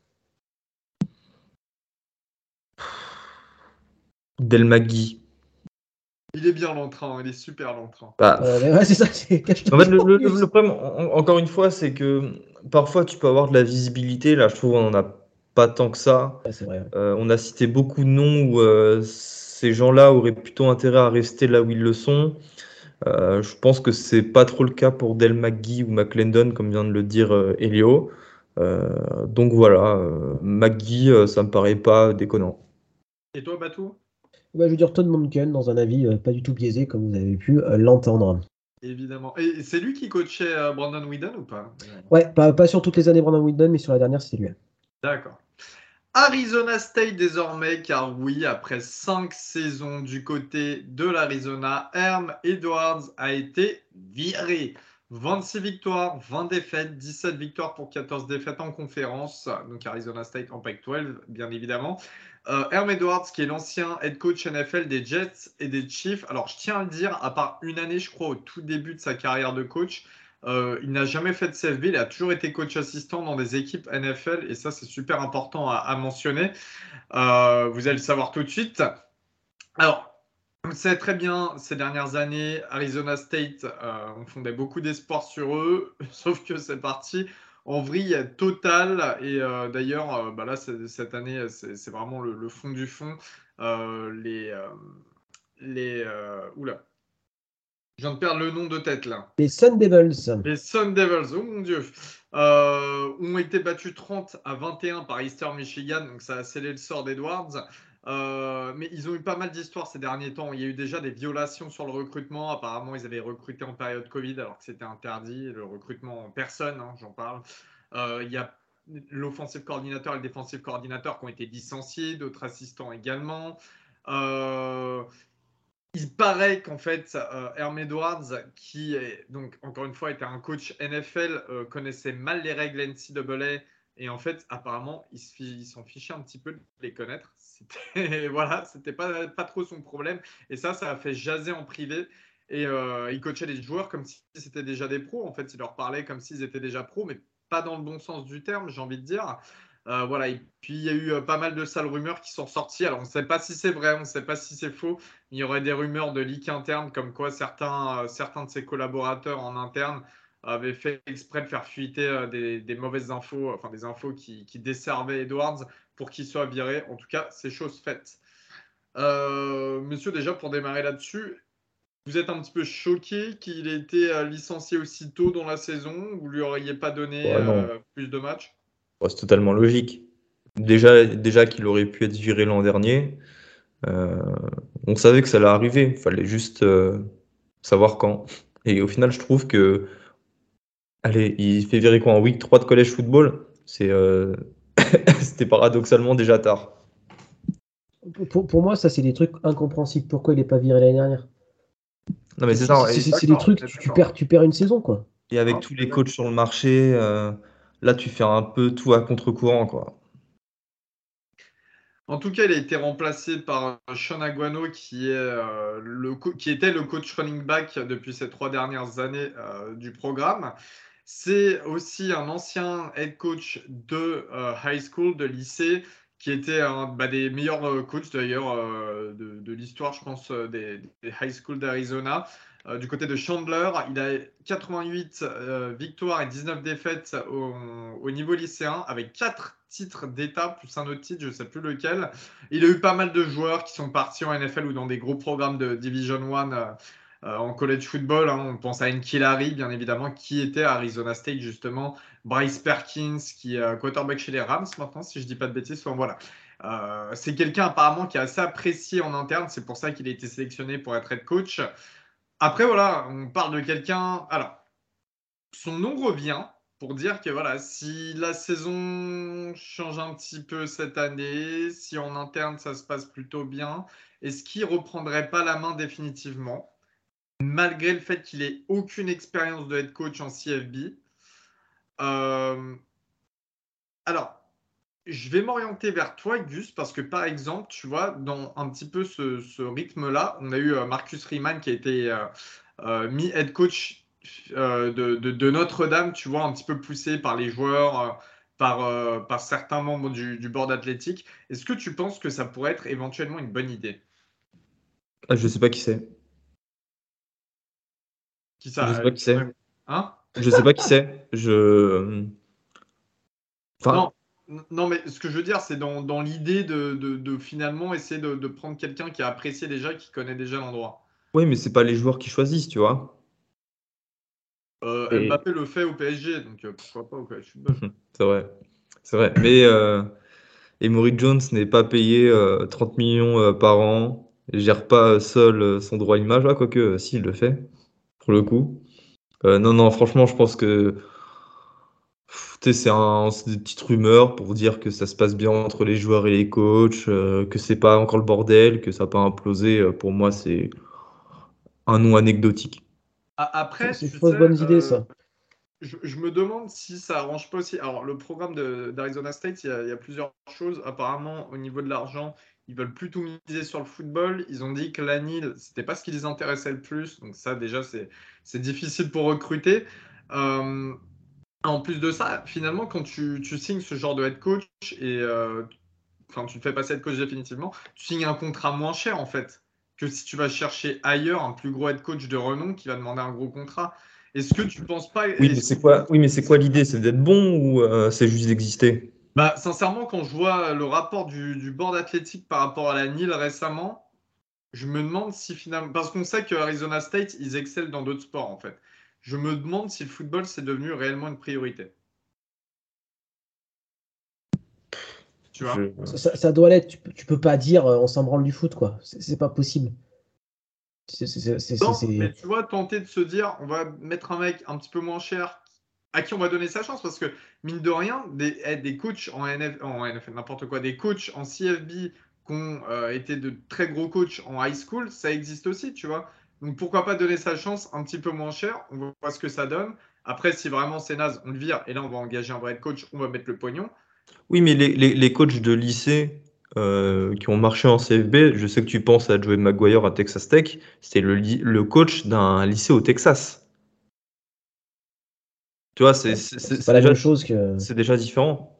Speaker 3: Del Magui.
Speaker 1: Il est bien l'entrain, il est super l'entrain.
Speaker 3: Bah,
Speaker 2: Ouais, c'est ça, cache-toi
Speaker 3: en fait,
Speaker 2: bien,
Speaker 3: le
Speaker 2: Gus.
Speaker 3: problème, encore une fois, c'est que parfois tu peux avoir de la visibilité. Là, je trouve qu'on n'en a pas tant que ça.
Speaker 2: Ouais, c'est vrai.
Speaker 3: On a cité beaucoup de noms où ces gens-là auraient plutôt intérêt à rester là où ils le sont. Je pense que c'est pas trop le cas pour Del McGee ou McClendon, comme vient de le dire Elio. Donc voilà, McGee, ça me paraît pas déconnant.
Speaker 1: Et toi, Batou?
Speaker 2: Bah, je veux dire Todd Monken dans un avis pas du tout biaisé, comme vous avez pu l'entendre.
Speaker 1: Évidemment. Et c'est lui qui coachait Brandon Whedon ou pas?
Speaker 2: Ouais, pas sur toutes les années Brandon Whedon, mais sur la dernière, c'était lui.
Speaker 1: D'accord. Arizona State désormais, car oui, après 5 saisons du côté de l'Arizona, Herm Edwards a été viré. 26 victoires, 20 défaites, 17 victoires pour 14 défaites en conférence. Donc Arizona State en Pac-12, bien évidemment. Herm Edwards, qui est l'ancien head coach NFL des Jets et des Chiefs. Alors, je tiens à le dire, à part une année, je crois, au tout début de sa carrière de coach, il n'a jamais fait de CFB, il a toujours été coach assistant dans des équipes NFL et ça c'est super important à mentionner. Vous allez le savoir tout de suite. Alors, on le sait très bien, ces dernières années, Arizona State, on fondait beaucoup d'espoir sur eux, sauf que c'est parti en vrille totale. Et d'ailleurs, bah là, cette année, c'est vraiment le fond du fond. Oula, je viens de perdre le nom de tête là.
Speaker 2: Les Sun Devils.
Speaker 1: Les Sun Devils, oh mon Dieu, ont été battus 30-21 par Eastern Michigan, donc ça a scellé le sort d'Edwards. Mais ils ont eu pas mal d'histoires ces derniers temps. Il y a eu déjà des violations sur le recrutement. Apparemment, ils avaient recruté en période Covid alors que c'était interdit. Le recrutement en personne, hein, j'en parle. Il y a l'offensive coordinateur et le defensive coordinateur qui ont été licenciés, d'autres assistants également. Il paraît qu'en fait, Herm Edwards, qui est, donc encore une fois était un coach NFL, connaissait mal les règles NCAA et en fait, apparemment, il s'en fichait un petit peu de les connaître. C'était voilà, c'était pas trop son problème et ça a fait jaser en privé. Et il coachait les joueurs comme si c'était déjà des pros. En fait, il leur parlait comme s'ils étaient déjà pros, mais pas dans le bon sens du terme, j'ai envie de dire. Voilà. Et puis il y a eu pas mal de sales rumeurs qui sont sorties. Alors on ne sait pas si c'est vrai, on ne sait pas si c'est faux. Il y aurait des rumeurs de leak interne, comme quoi certains de ses collaborateurs en interne avaient fait exprès de faire fuiter des mauvaises infos, enfin des infos qui desservaient Edwards pour qu'il soit viré. En tout cas, c'est chose faite. Monsieur, déjà pour démarrer là-dessus, vous êtes un petit peu choqué qu'il ait été licencié aussitôt dans la saison? Vous lui auriez pas donné
Speaker 3: Ouais, non,
Speaker 1: plus de matchs?
Speaker 3: ouais, c'est totalement logique. Déjà qu'il aurait pu être viré l'an dernier, euh, on savait que ça allait arriver. Il fallait juste savoir quand. Et au final, je trouve que, allez, il fait virer quoi en week 3 de collège football? C'était paradoxalement déjà tard.
Speaker 2: Pour moi, ça, c'est des trucs incompréhensibles. Pourquoi il n'est pas viré l'année dernière?
Speaker 3: Non, mais c'est ça.
Speaker 2: C'est des trucs, tu perds une saison, quoi.
Speaker 3: Et avec tous les coachs sur le marché, là, tu fais un peu tout à contre-courant, quoi.
Speaker 1: En tout cas, il a été remplacé par Sean Aguano, qui était le coach running back depuis ces 3 dernières années du programme. C'est aussi un ancien head coach de high school, de lycée, qui était un des meilleurs coachs d'ailleurs de l'histoire, je pense, des high school d'Arizona. Du côté de Chandler, il a 88 victoires et 19 défaites au niveau lycéen, avec 4 titres d'État, plus un autre titre, je ne sais plus lequel. Il a eu pas mal de joueurs qui sont partis en NFL ou dans des gros programmes de Division 1 en college football. Hein. On pense à N'Keal Harry, bien évidemment, qui était à Arizona State, justement. Bryce Perkins, qui est quarterback chez les Rams maintenant, si je ne dis pas de bêtises. Enfin, voilà. C'est quelqu'un apparemment qui est assez apprécié en interne. C'est pour ça qu'il a été sélectionné pour être head coach. Après, voilà, on parle de quelqu'un. Alors, son nom revient pour dire que voilà, si la saison change un petit peu cette année, si en interne ça se passe plutôt bien, est-ce qu'il reprendrait pas la main définitivement, malgré le fait qu'il ait aucune expérience de head coach en CFB? Alors, je vais m'orienter vers toi, Gus, parce que par exemple, tu vois, dans un petit peu ce rythme-là, on a eu Marcus Riemann qui a été mis head coach de Notre-Dame, tu vois, un petit peu poussé par les joueurs, par certains membres du board athlétique. Est-ce que tu penses que ça pourrait être éventuellement une bonne idée?
Speaker 3: Ah, je sais pas qui c'est.
Speaker 1: Qui
Speaker 3: Je
Speaker 1: ça
Speaker 3: sais pas qui c'est.
Speaker 1: Hein?
Speaker 3: Je sais pas qui c'est.
Speaker 1: Non,
Speaker 3: Enfin,
Speaker 1: non, mais ce que je veux dire, c'est dans l'idée de finalement essayer de prendre quelqu'un qui a apprécié déjà, qui connaît déjà l'endroit.
Speaker 3: oui, mais c'est pas les joueurs qui choisissent, tu vois. Et
Speaker 1: Mbappé le fait au PSG, donc pourquoi pas au college football.
Speaker 3: c'est vrai, c'est vrai. Mais Emory Jones n'est pas payé 30 millions par an. Il gère pas seul son droit à l'image. Ah, quoique, si, il le fait, pour le coup. Non, non, franchement, je pense que tu sais, c'est des petites rumeurs pour dire que ça se passe bien entre les joueurs et les coachs, que c'est pas encore le bordel, que ça n'a pas implosé. Pour moi, c'est un nom anecdotique.
Speaker 1: Après,
Speaker 2: C'est
Speaker 1: tu
Speaker 2: fausses
Speaker 1: sais,
Speaker 2: bonnes idées, ça.
Speaker 1: je me demande si ça arrange pas aussi. Alors, le programme d'Arizona State, il y a plusieurs choses. Apparemment, au niveau de l'argent, ils veulent plutôt miser sur le football. Ils ont dit que la NIL, c'était pas ce qui les intéressait le plus. Donc ça, déjà, c'est difficile pour recruter. Euh, En plus de ça, finalement, quand tu signes ce genre de head coach et enfin, tu te fais passer head coach définitivement, tu signes un contrat moins cher en fait que si tu vas chercher ailleurs un plus gros head coach de renom qui va demander un gros contrat. Est-ce que tu penses pas,
Speaker 3: Oui, mais
Speaker 1: est-ce que
Speaker 3: c'est quoi, oui, mais c'est quoi l'idée? C'est d'être bon ou c'est juste d'exister?
Speaker 1: bah, sincèrement, quand je vois le rapport du board athlétique par rapport à la NIL récemment, je me demande si finalement, parce qu'on sait que Arizona State, ils excellent dans d'autres sports en fait. Je me demande si le football c'est devenu réellement une priorité. Tu vois?
Speaker 3: Je...
Speaker 2: Ça doit l'être. Tu peux pas dire on s'en branle du foot, quoi. C'est pas possible.
Speaker 1: Non, mais tu vois, tenter de se dire, on va mettre un mec un petit peu moins cher à qui on va donner sa chance, parce que mine de rien, des coachs en NFL, n'importe quoi, des coachs en CFB qui ont été de très gros coachs en high school, ça existe aussi, tu vois. Donc pourquoi pas donner sa chance un petit peu moins cher, on voit ce que ça donne. Après, si vraiment c'est naze, on le vire, et là on va engager un vrai coach, on va mettre le pognon.
Speaker 3: Oui, mais les coachs de lycée qui ont marché en CFB, je sais que tu penses à Joey Maguire à Texas Tech, c'était le coach d'un lycée au Texas. Tu vois,
Speaker 2: C'est pas la même chose que.
Speaker 3: c'est déjà différent.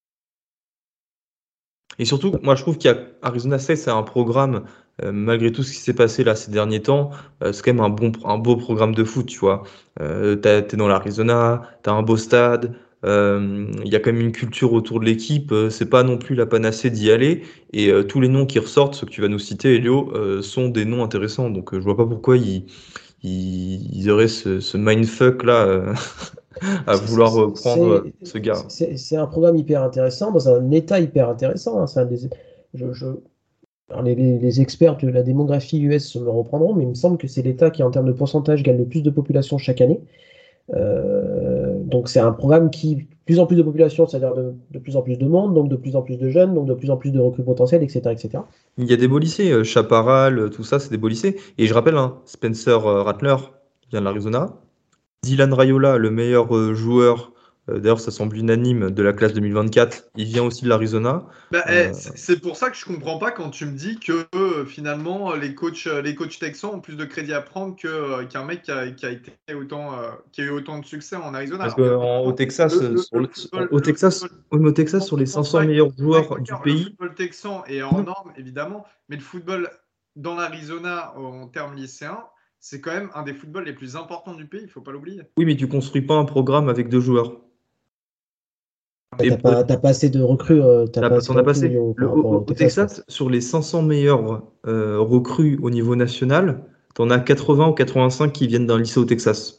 Speaker 3: Et surtout, moi je trouve qu'Arizona State, c'est un programme, malgré tout ce qui s'est passé là ces derniers temps, c'est quand même un beau programme de foot, tu vois. T'es dans l'Arizona, t'as un beau stade, il y a quand même une culture autour de l'équipe, c'est pas non plus la panacée d'y aller. Et tous les noms qui ressortent, ceux que tu vas nous citer, Elio, sont des noms intéressants. Donc je vois pas pourquoi ils auraient ce mindfuck là à vouloir prendre ce gars.
Speaker 2: C'est un programme hyper intéressant, dans un état hyper intéressant, hein. Je, je- alors les experts de la démographie US me reprendront, mais il me semble que c'est l'État qui, en termes de pourcentage, gagne le plus de population chaque année. Donc c'est un programme qui, plus en plus de population, c'est-à-dire de plus en plus de monde, donc de plus en plus de jeunes, donc de plus en plus de recrues potentielles, etc., etc.
Speaker 3: Il y a des beaux lycées, Chaparral, tout ça, c'est des beaux lycées. Et je rappelle, hein, Spencer Rattler il vient de l'Arizona. Dylan Raiola, le meilleur joueur, d'ailleurs ça semble unanime, de la classe 2024, il vient aussi de l'Arizona.
Speaker 1: Bah,
Speaker 3: Euh,
Speaker 1: c'est pour ça que je comprends pas quand tu me dis que finalement les coachs texans ont plus de crédit à prendre qu'un mec qui a été autant, qui a eu autant de succès en Arizona.
Speaker 3: parce
Speaker 1: Alors que
Speaker 3: qu'au Texas, au
Speaker 1: le
Speaker 3: Texas,
Speaker 1: football,
Speaker 3: oui, mais au Texas, sur les
Speaker 1: je pense
Speaker 3: 500
Speaker 1: pas
Speaker 3: meilleurs
Speaker 1: Mike
Speaker 3: joueurs du
Speaker 1: Walker, le
Speaker 3: pays,
Speaker 1: football texan est hors
Speaker 3: non.
Speaker 1: norme évidemment, mais le football dans l'Arizona en termes lycéens, c'est quand même un des footballs les plus importants du pays, il faut pas l'oublier.
Speaker 3: Oui, mais tu construis pas un programme avec deux joueurs.
Speaker 2: Ouais,
Speaker 3: Et
Speaker 2: t'as pas assez de recrues, t'as pas assez
Speaker 3: t'en
Speaker 2: de
Speaker 3: as
Speaker 2: recrues
Speaker 3: passé.
Speaker 2: par rapport au
Speaker 3: Au
Speaker 2: Texas, quoi.
Speaker 3: Texas, sur les 500 meilleurs recrues au niveau national, t'en as 80 ou 85 qui viennent d'un lycée au Texas.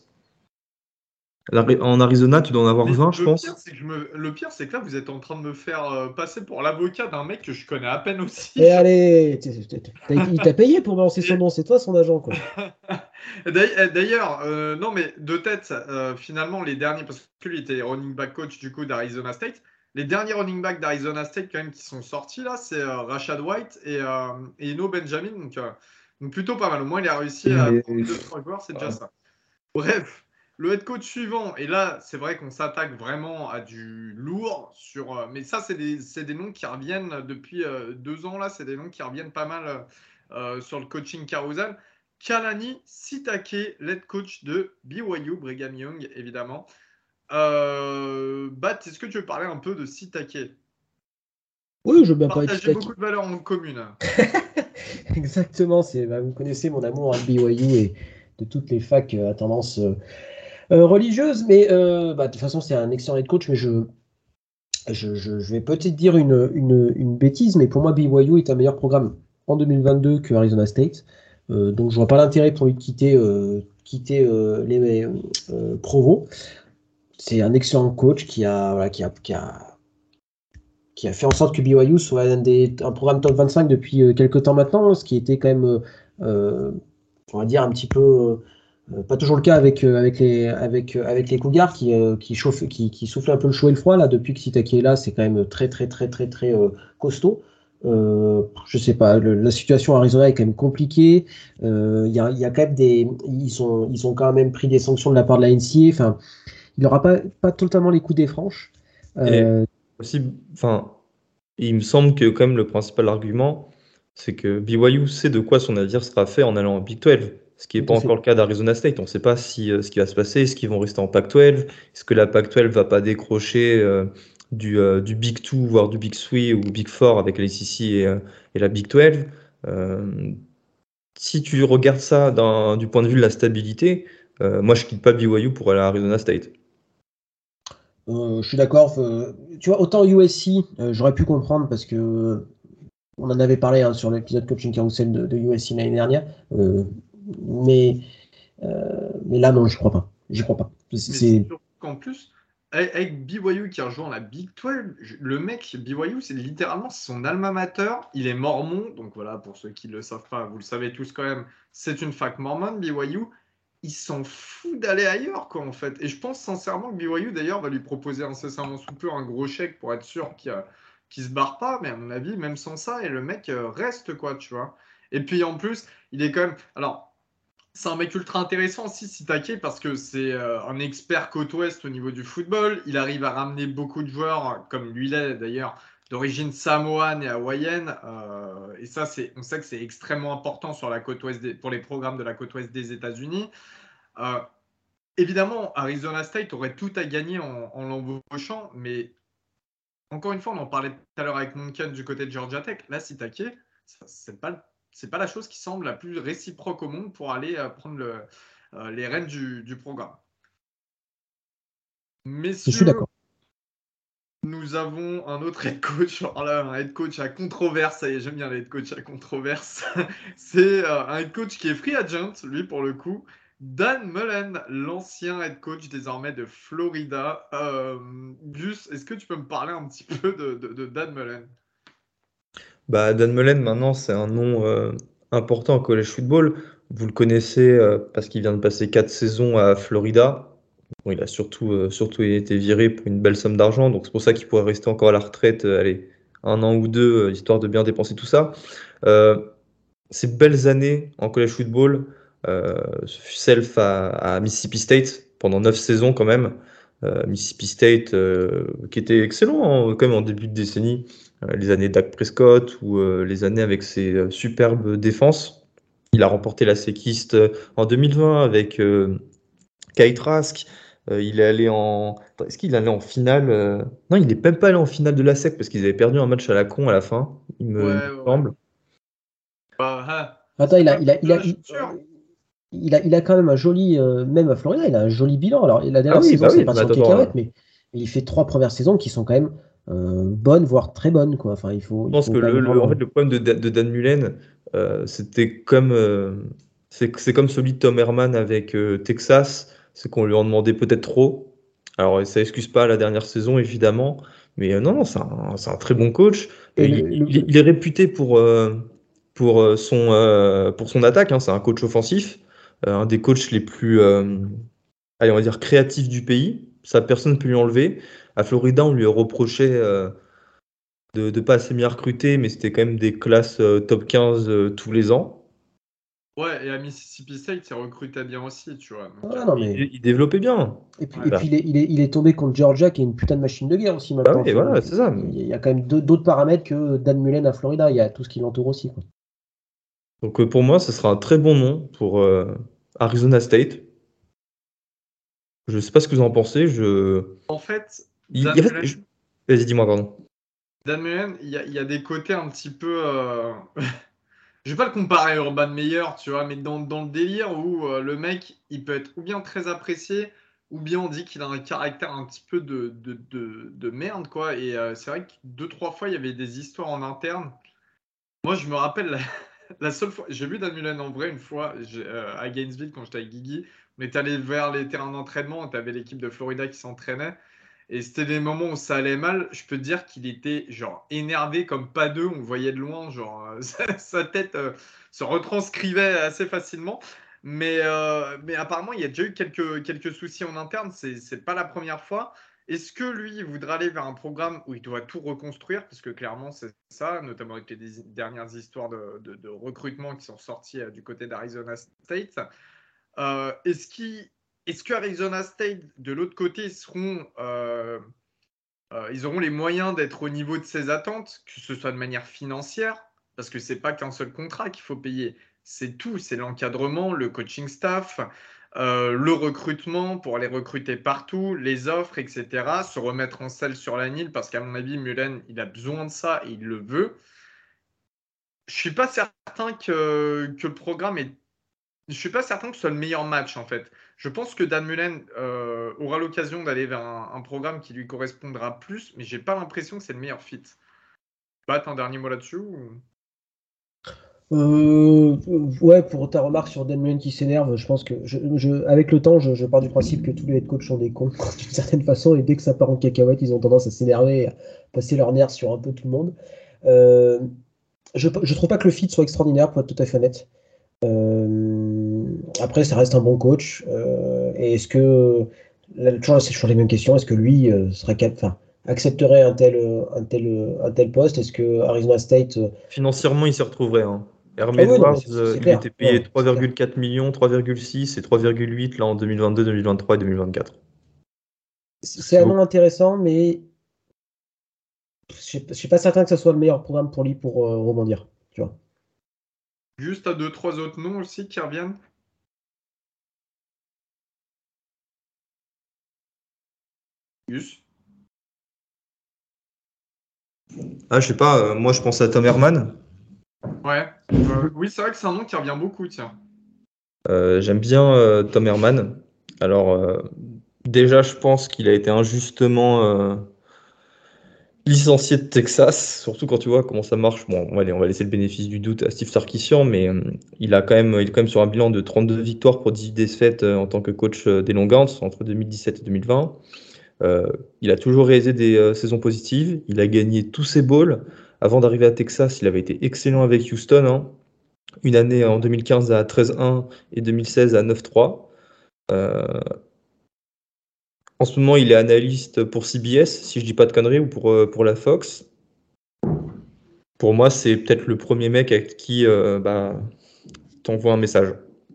Speaker 3: En Arizona, tu dois en avoir
Speaker 1: Mais
Speaker 3: 20, je
Speaker 1: le pire,
Speaker 3: pense.
Speaker 1: c'est que le pire, c'est que là, vous êtes en train de me faire passer pour l'avocat d'un mec que je connais à peine aussi.
Speaker 2: Et allez, il t'a payé pour balancer son
Speaker 1: Et,
Speaker 2: nom, c'est toi son agent, quoi.
Speaker 1: D'ailleurs, non, mais de tête, finalement, les derniers, parce que lui était running back coach du coup d'Arizona State, les derniers running back d'Arizona State quand même qui sont sortis là, c'est Rashad White et Eno Benjamin, donc plutôt pas mal. Au moins, il a réussi à
Speaker 3: Mais
Speaker 1: prendre 2-3 joueurs, c'est déjà ça. Bref, le head coach suivant, et là, c'est vrai qu'on s'attaque vraiment à du lourd mais ça, c'est des noms qui reviennent depuis 2 ans là, c'est des noms qui reviennent pas mal sur le coaching carousel. Kalani Sitake, l'head coach de BYU, Brigham Young, évidemment. Bat, est-ce que tu veux parler un peu de Sitake?
Speaker 2: Oui, je veux bien parler de
Speaker 1: Partager
Speaker 2: Sitake.
Speaker 1: beaucoup de valeurs en commune.
Speaker 2: Exactement, vous connaissez mon amour à BYU et de toutes les facs à tendance religieuse, mais de toute façon, c'est un excellent head coach, mais je vais peut-être dire une bêtise, mais pour moi, BYU est un meilleur programme en 2022 que Arizona State. Donc, je vois pas l'intérêt pour lui de quitter les Provo. C'est un excellent coach qui a fait en sorte que BYU soit un programme top 25 depuis quelques temps maintenant, ce qui était quand même, on va dire, un petit peu pas toujours le cas avec les Cougars qui soufflent un peu le chaud et le froid là depuis que Sitake est là, c'est quand même très très très très très costaud. Je sais pas, la situation à Arizona est quand même compliquée. Il y a quand même ils ont quand même pris des sanctions de la part de la NCAA. Enfin, il n'aura pas totalement les coups des franches.
Speaker 3: et
Speaker 2: Euh,
Speaker 3: aussi, enfin, il me semble que quand même le principal argument, c'est que BYU sait de quoi son navire sera fait en allant en Big 12, ce qui n'est
Speaker 2: Tout
Speaker 3: pas
Speaker 2: à fait.
Speaker 3: encore le cas d'Arizona State. On ne sait pas si, ce qui va se passer, est-ce qu'ils vont rester en Pac-12, est-ce que la Pac-12 va pas décrocher du Big 2, voire du Big 3 ou Big 4 avec l'ACC et la Big 12. Euh, Si tu regardes ça du point de vue de la stabilité, moi je quitte pas BYU pour aller à Arizona State.
Speaker 2: Je suis d'accord. Tu vois, autant USC, j'aurais pu comprendre parce que on en avait parlé hein, sur l'épisode Coaching Carousel de USC l'année dernière. Euh, mais, mais là, non, je crois pas. J'y crois pas.
Speaker 1: Mais surtout qu'en plus, avec BYU qui rejoint la Big 12, le mec, BYU, c'est littéralement son alma mater. Il est mormon, donc voilà, pour ceux qui ne le savent pas, vous le savez tous quand même, c'est une fac mormone, BYU. Il s'en fout d'aller ailleurs, quoi, en fait. Et je pense sincèrement que BYU, d'ailleurs, va lui proposer incessamment sous peu un gros chèque pour être sûr qu'il se barre pas. Mais à mon avis, même sans ça, et le mec reste, quoi, tu vois. Et puis en plus, il est quand même. Alors, c'est un mec ultra intéressant aussi, Sitake, parce que c'est un expert côte ouest au niveau du football. Il arrive à ramener beaucoup de joueurs, comme lui l'est d'ailleurs, d'origine samoane et hawaïenne. Et ça, on sait que c'est extrêmement important sur la côte ouest pour les programmes de la côte ouest des États-Unis. Euh, Évidemment, Arizona State aurait tout à gagner en l'embauchant, mais encore une fois, on en parlait tout à l'heure avec Monken du côté de Georgia Tech. Là, Sitake, c'est pas la chose qui semble la plus réciproque au monde pour aller prendre les rênes du programme.
Speaker 2: Je suis
Speaker 1: Messieurs,
Speaker 2: d'accord.
Speaker 1: nous avons un autre head coach. Alors là, un head coach à controverse. Ça y est, j'aime bien les head coach à controverse. C'est un head coach qui est free agent, lui, pour le coup. Dan Mullen, l'ancien head coach désormais de Florida. Gus, est-ce que tu peux me parler un petit peu de Dan Mullen?
Speaker 3: Bah, Dan Mullen, maintenant, c'est un nom important au college football. Vous le connaissez parce qu'il vient de passer 4 saisons à Florida. Bon, il a surtout été viré pour une belle somme d'argent, donc c'est pour ça qu'il pourrait rester encore à la retraite, allez, 1 an ou 2, histoire de bien dépenser tout ça. Euh, Ces belles années en college football, ce fut self à Mississippi State pendant 9 saisons quand même. Mississippi State qui était excellent hein, quand même en début de décennie, les années Dak Prescott ou les années avec ses superbes défenses. Il a remporté la SEC East en 2020 avec Kyle Trask. Il est allé en. Attends, est-ce qu'il est allé en finale Non, il n'est même pas allé en finale de la SEC parce qu'ils avaient perdu un match à la con à la fin, il me
Speaker 1: Ouais, ouais.
Speaker 3: semble.
Speaker 2: Attends,
Speaker 1: C'est pas le de la chaussure.
Speaker 2: il a quand même un joli, même à Florida, il a un joli bilan. Alors, la
Speaker 3: Ah
Speaker 2: dernière
Speaker 3: oui,
Speaker 2: saison,
Speaker 3: bah
Speaker 2: c'est
Speaker 3: oui,
Speaker 2: pas
Speaker 3: mais
Speaker 2: sur
Speaker 3: attends,
Speaker 2: le
Speaker 3: attends,
Speaker 2: cacahuète, mais il fait 3 premières saisons qui sont quand même bonnes, voire très bonnes, quoi. Enfin,
Speaker 3: je
Speaker 2: il
Speaker 3: pense
Speaker 2: faut
Speaker 3: que
Speaker 2: quand même
Speaker 3: en fait,
Speaker 2: rendre.
Speaker 3: le problème de Dan Mullen, c'était comme, c'est comme celui de Tom Herman avec Texas, c'est qu'on lui en demandait peut-être trop. Alors, ça excuse pas la dernière saison, évidemment, mais non, non, c'est un très bon coach.
Speaker 2: Et
Speaker 3: Il est réputé pour son attaque, hein, c'est un coach offensif. un des coachs les plus, allez, on va dire, créatifs du pays. Ça, personne ne peut lui enlever. À Florida, on lui reprochait de ne pas assez bien recruter, mais c'était quand même des classes top 15 tous les ans.
Speaker 1: Ouais, et à Mississippi State, il recrutait bien aussi, tu vois. Donc,
Speaker 2: Ah, non, mais...
Speaker 3: Il développait bien.
Speaker 2: Et puis,
Speaker 1: ouais.
Speaker 2: et puis il est tombé contre Georgia, qui est une putain de machine de guerre aussi
Speaker 3: Bah
Speaker 2: maintenant.
Speaker 3: oui, voilà, c'est ça.
Speaker 2: Il y a quand même d'autres paramètres que Dan Mullen à Florida. Il y a tout ce qui l'entoure aussi, quoi.
Speaker 3: Donc pour moi, ce sera un très bon nom pour Arizona State. Je sais pas ce que vous en pensez.
Speaker 1: En fait,
Speaker 3: Il reste... Vas-y, dis-moi, pardon.
Speaker 1: Dan Mullen, il y a des côtés un petit peu. Je vais pas le comparer à Urban Meyer, tu vois, mais dans le délire où le mec, il peut être ou bien très apprécié, ou bien on dit qu'il a un caractère un petit peu de merde, quoi. Et c'est vrai que 2, 3 fois, il y avait des histoires en interne. Moi, je me rappelle la seule fois, j'ai vu Dan Mullen en vrai une fois à Gainesville quand j'étais avec Guigui. On était allé vers les terrains d'entraînement, tu avais l'équipe de Florida qui s'entraînait. Et c'était des moments où ça allait mal. Je peux te dire qu'il était genre énervé comme pas deux. On le voyait de loin, genre sa tête se retranscrivait assez facilement. Mais apparemment, il y a déjà eu quelques soucis en interne. C'est pas la première fois. Est-ce que lui, il voudra aller vers un programme où il doit tout reconstruire? Parce que clairement, c'est ça, notamment avec les dernières histoires de recrutement qui sont sorties du côté d'Arizona State. Est-ce que Arizona State, de l'autre côté, ils auront les moyens d'être au niveau de ses attentes, que ce soit de manière financière, parce que c'est pas qu'un seul contrat qu'il faut payer, c'est tout, c'est l'encadrement, le coaching staff, le recrutement pour les recruter partout, les offres, etc. Se remettre en selle sur la Nile, parce qu'à mon avis, Mullen, il a besoin de ça et il le veut. Je suis pas certain que le programme est je suis pas certain que ce soit le meilleur match en fait. Je pense que Dan Mullen aura l'occasion d'aller vers un programme qui lui correspondra plus, mais j'ai pas l'impression que c'est le meilleur fit. Bah, t'as un dernier mot là-dessus
Speaker 2: Ouais, pour ta remarque sur Dan Mullen qui s'énerve, je pense que avec le temps, je pars du principe que tous les head coachs sont des cons d'une certaine façon, et dès que ça part en cacahuète, ils ont tendance à s'énerver, et à passer leurs nerfs sur un peu tout le monde. Euh, je trouve pas que le fit soit extraordinaire, pour être tout à fait honnête. Après, ça reste un bon coach. Et est-ce que, là, c'est toujours les mêmes questions, est-ce que lui enfin, accepterait un tel poste? Est-ce que Arizona State.
Speaker 3: Financièrement, il s'y retrouverait, hein. Herm
Speaker 2: Ah oui, non, mais
Speaker 3: Edwards,
Speaker 2: c'est
Speaker 3: il
Speaker 2: clair.
Speaker 3: était
Speaker 2: Non,
Speaker 3: payé
Speaker 2: mais c'est clair.
Speaker 3: 3,4 millions, 3,6 et 3,8 là en 2022, 2023 et 2024.
Speaker 2: C'est un nom intéressant, mais je suis pas certain que ce soit le meilleur programme pour lui pour rebondir. Tu vois.
Speaker 1: Juste à 2, 3 autres noms aussi qui reviennent. Gus.
Speaker 3: Ah, je sais pas, moi je pense à Tom Herman.
Speaker 1: Ouais. Oui, c'est vrai que c'est un nom qui revient beaucoup, tiens.
Speaker 3: J'aime bien Tom Herman. Alors, déjà, je pense qu'il a été injustement licencié de Texas, surtout quand tu vois comment ça marche. Bon, on va laisser le bénéfice du doute à Steve Sarkisian, mais il est quand même sur un bilan de 32 victoires pour 18 défaites en tant que coach des Longhorns entre 2017 et 2020. Il a toujours réalisé des saisons positives. Il a gagné tous ses bowls. Avant d'arriver à Texas, il avait été excellent avec Houston, hein. Une année en 2015 à 13-1 et 2016 à 9-3. Euh, En ce moment, il est analyste pour CBS, si je dis pas de conneries, ou pour la Fox. Pour moi, c'est peut-être le premier mec à qui t'envoie un message.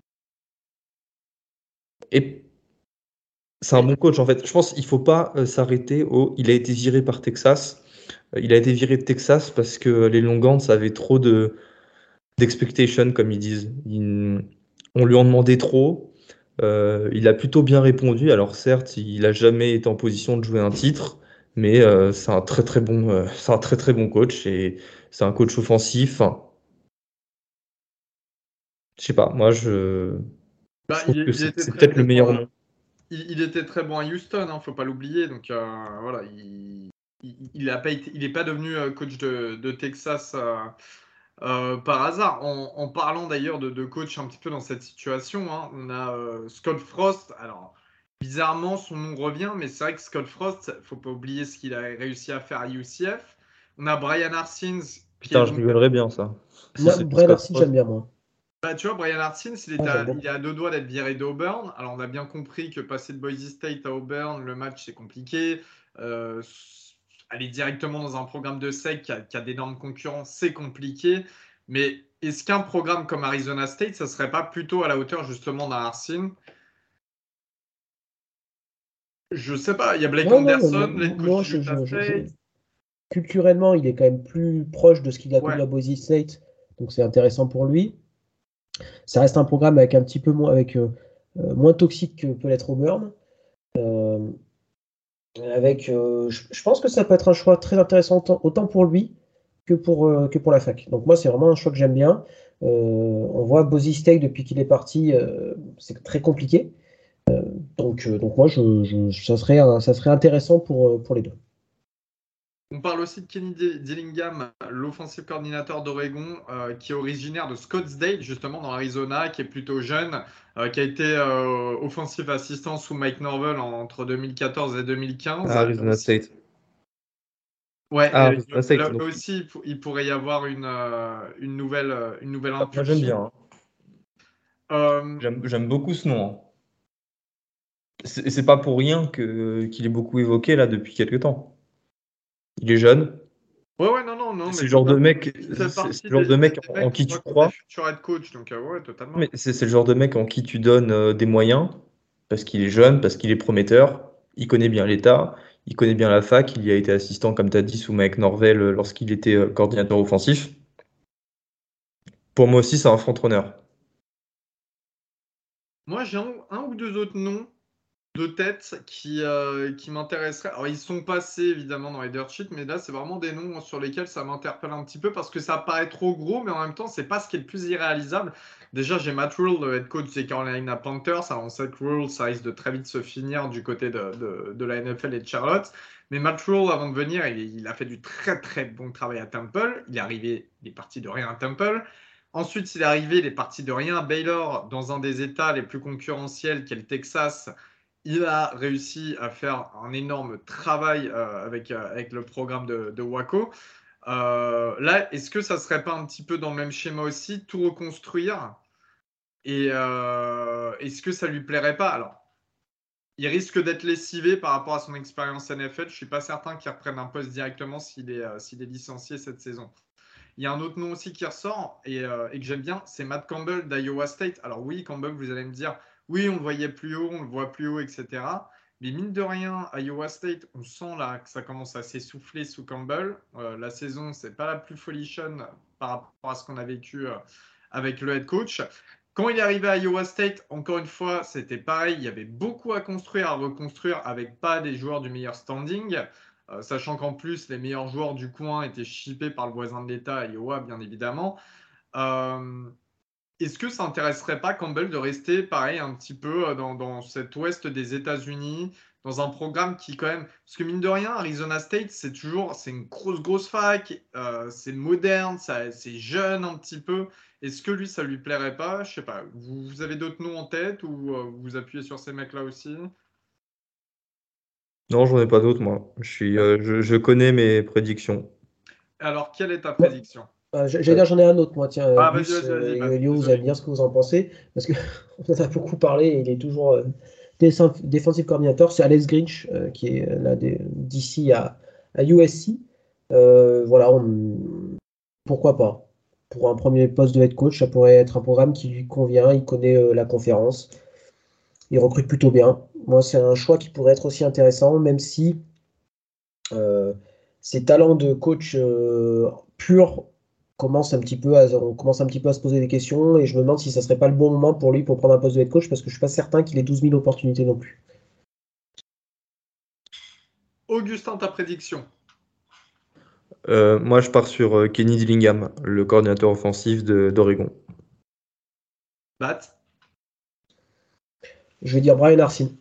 Speaker 3: Et c'est un
Speaker 1: Oui.
Speaker 3: bon coach, en fait. Je pense qu'il ne faut pas s'arrêter au il a été viré par Texas. Il a été viré de Texas parce que les Longhorns avaient trop d'expectations, comme ils disent. On lui en demandait trop. Il a plutôt bien répondu. Alors certes, il n'a jamais été en position de jouer un titre, mais c'est un très très bon coach et c'est un coach offensif. Enfin, je sais pas, je
Speaker 1: Bah,
Speaker 3: trouve que
Speaker 1: il était
Speaker 3: c'est
Speaker 1: très
Speaker 3: peut-être le
Speaker 1: bon.
Speaker 3: meilleur nom.
Speaker 1: Il était très bon à Houston, hein, faut pas l'oublier. Donc voilà, il est pas devenu coach de Texas par hasard. En parlant d'ailleurs de coach un petit peu dans cette situation, hein, on a Scott Frost. Alors bizarrement, son nom revient, mais c'est vrai que Scott Frost, faut pas oublier ce qu'il a réussi à faire à UCF. On a Brian Arsins qui est
Speaker 3: Putain, je
Speaker 1: donc
Speaker 3: rigolerais bien ça. Si
Speaker 2: Moi,
Speaker 3: c'était
Speaker 2: Brian
Speaker 3: Scott
Speaker 2: Arcine, j'aime
Speaker 3: Frost.
Speaker 2: bien, moi.
Speaker 1: Bah, tu vois, Brian Hartson,
Speaker 2: J'aime
Speaker 1: il est
Speaker 2: beaucoup.
Speaker 1: à deux doigts d'être viré d'Auburn. Alors, on a bien compris que passer de Boise State à Auburn, le match, c'est compliqué. Euh, Aller directement dans un programme de SEC qui a d'énormes concurrents, c'est compliqué. Mais est-ce qu'un programme comme Arizona State, ça serait pas plutôt à la hauteur justement d'un Hartson? Je sais pas. Il y a Blake
Speaker 2: Non, non, mais
Speaker 1: Anderson, l'head coach
Speaker 2: moi,
Speaker 1: d'Utah State.
Speaker 2: culturellement, il est quand même plus proche de ce qu'il a connu
Speaker 1: Ouais.
Speaker 2: à Boise State, donc c'est intéressant pour lui. Ça reste un programme avec un petit peu moins, moins toxique que peut l'être Auburn. Euh, je pense que ça peut être un choix très intéressant autant pour lui que pour la fac. Donc moi, c'est vraiment un choix que j'aime bien. On voit Boise State depuis qu'il est parti, c'est très compliqué. Donc moi, ça serait intéressant pour les deux.
Speaker 1: On parle aussi de Kenny Dillingham, l'offensive coordinateur d'Oregon, qui est originaire de Scottsdale, justement dans l'Arizona, qui est plutôt jeune, qui a été offensive assistant sous Mike Norvell entre 2014 et 2015.
Speaker 3: À Arizona State.
Speaker 1: Ouais,
Speaker 3: Ah, Arizona State.
Speaker 1: là
Speaker 3: Donc,
Speaker 1: aussi, il pourrait y avoir une nouvelle
Speaker 3: moi, j'aime
Speaker 1: impulsion.
Speaker 3: bien, hein.
Speaker 1: Euh,
Speaker 3: J'aime beaucoup ce nom, hein. C'est pas pour rien qu'il est beaucoup évoqué là depuis quelques temps. Il est jeune.
Speaker 1: ouais, non, mais
Speaker 3: C'est le genre de
Speaker 1: totalement.
Speaker 3: mec,
Speaker 1: Il fait
Speaker 3: c'est
Speaker 1: partie
Speaker 3: le genre de mec
Speaker 1: des
Speaker 3: en
Speaker 1: mecs qu'on
Speaker 3: qui tu
Speaker 1: voit comme des
Speaker 3: crois.
Speaker 1: futurs head coach, donc ouais, totalement.
Speaker 3: Mais c'est le genre de mec en qui tu donnes des moyens parce qu'il est jeune, parce qu'il est prometteur. Il connaît bien l'État, il connaît bien la fac. Il y a été assistant, comme tu as dit, sous Mike Norvell lorsqu'il était coordinateur offensif. Pour moi aussi, c'est un front-runner.
Speaker 1: Moi, j'ai un ou deux autres noms de tête qui m'intéresseraient. Alors, ils sont passés évidemment dans les dirt sheets, mais là, c'est vraiment des noms sur lesquels ça m'interpelle un petit peu parce que ça paraît trop gros, mais en même temps, c'est pas ce qui est le plus irréalisable. Déjà, j'ai Matt Rhule, le head coach des Carolina Panthers. Alors, on sait que Rhule, ça risque de très vite se finir du côté de la NFL et de Charlotte. Mais Matt Rhule, avant de venir, il a fait du très très bon travail à Temple. Il est parti de rien à Temple. Ensuite, il est arrivé, il est parti de rien à Baylor, dans un des États les plus concurrentiels, qui est le Texas. Il a réussi à faire un énorme travail avec le programme de Waco. Là, est-ce que ça serait pas un petit peu dans le même schéma aussi, tout reconstruire? Et est-ce que ça lui plairait pas? Alors, il risque d'être lessivé par rapport à son expérience NFL. Je suis pas certain qu'il reprenne un poste directement s'il est licencié cette saison. Il y a un autre nom aussi qui ressort et que j'aime bien, c'est Matt Campbell d'Iowa State. Alors oui, Campbell, vous allez me dire, oui, on le voyait plus haut, on le voit plus haut, etc. Mais mine de rien, Iowa State, on sent là que ça commence à s'essouffler sous Campbell. La saison, c'est pas la plus folichonne par rapport à ce qu'on a vécu avec le head coach. Quand il est arrivé à Iowa State, encore une fois, c'était pareil. Il y avait beaucoup à construire, à reconstruire avec pas des joueurs du meilleur standing. Sachant qu'en plus, les meilleurs joueurs du coin étaient shippés par le voisin de l'État, Iowa, bien évidemment. Euh, Est-ce que ça intéresserait pas Campbell de rester, pareil, un petit peu dans cet ouest des États-Unis, dans un programme qui, quand même. Parce que, mine de rien, Arizona State, c'est une grosse fac, c'est moderne, c'est jeune un petit peu. Est-ce que lui, ça lui plairait pas? Je sais pas. Vous avez d'autres noms en tête ou vous vous appuyez sur ces mecs-là aussi?
Speaker 3: Non, j'en ai pas d'autres, moi. Je connais mes prédictions.
Speaker 1: Alors, quelle est ta
Speaker 2: Moi,
Speaker 1: prédiction?
Speaker 2: j'allais dire, j'en ai un autre, moi, tiens,
Speaker 1: Ah, vas-y,
Speaker 2: Gus
Speaker 1: vas-y, vas-y,
Speaker 2: et
Speaker 1: bah,
Speaker 2: Elio, vous allez
Speaker 1: désolé.
Speaker 2: me dire ce que vous en pensez, parce que on en a beaucoup parlé, et il est toujours défensif coordinateur, c'est Alex Grinch, qui est d'ici à USC. Voilà, pourquoi pas? Pour un premier poste de head coach, ça pourrait être un programme qui lui convient, il connaît la conférence, il recrute plutôt bien. Moi, c'est un choix qui pourrait être aussi intéressant, même si euh, ses talents de coach pur on commence un petit peu à se poser des questions et je me demande si ça serait pas le bon moment pour lui pour prendre un poste de head coach parce que je suis pas certain qu'il ait 12 000 opportunités non plus.
Speaker 1: Augustin, ta prédiction?
Speaker 3: Moi, je pars sur Kenny Dillingham, le coordinateur offensif d'Oregon.
Speaker 1: Bat?
Speaker 2: Je vais dire Brian Harsin.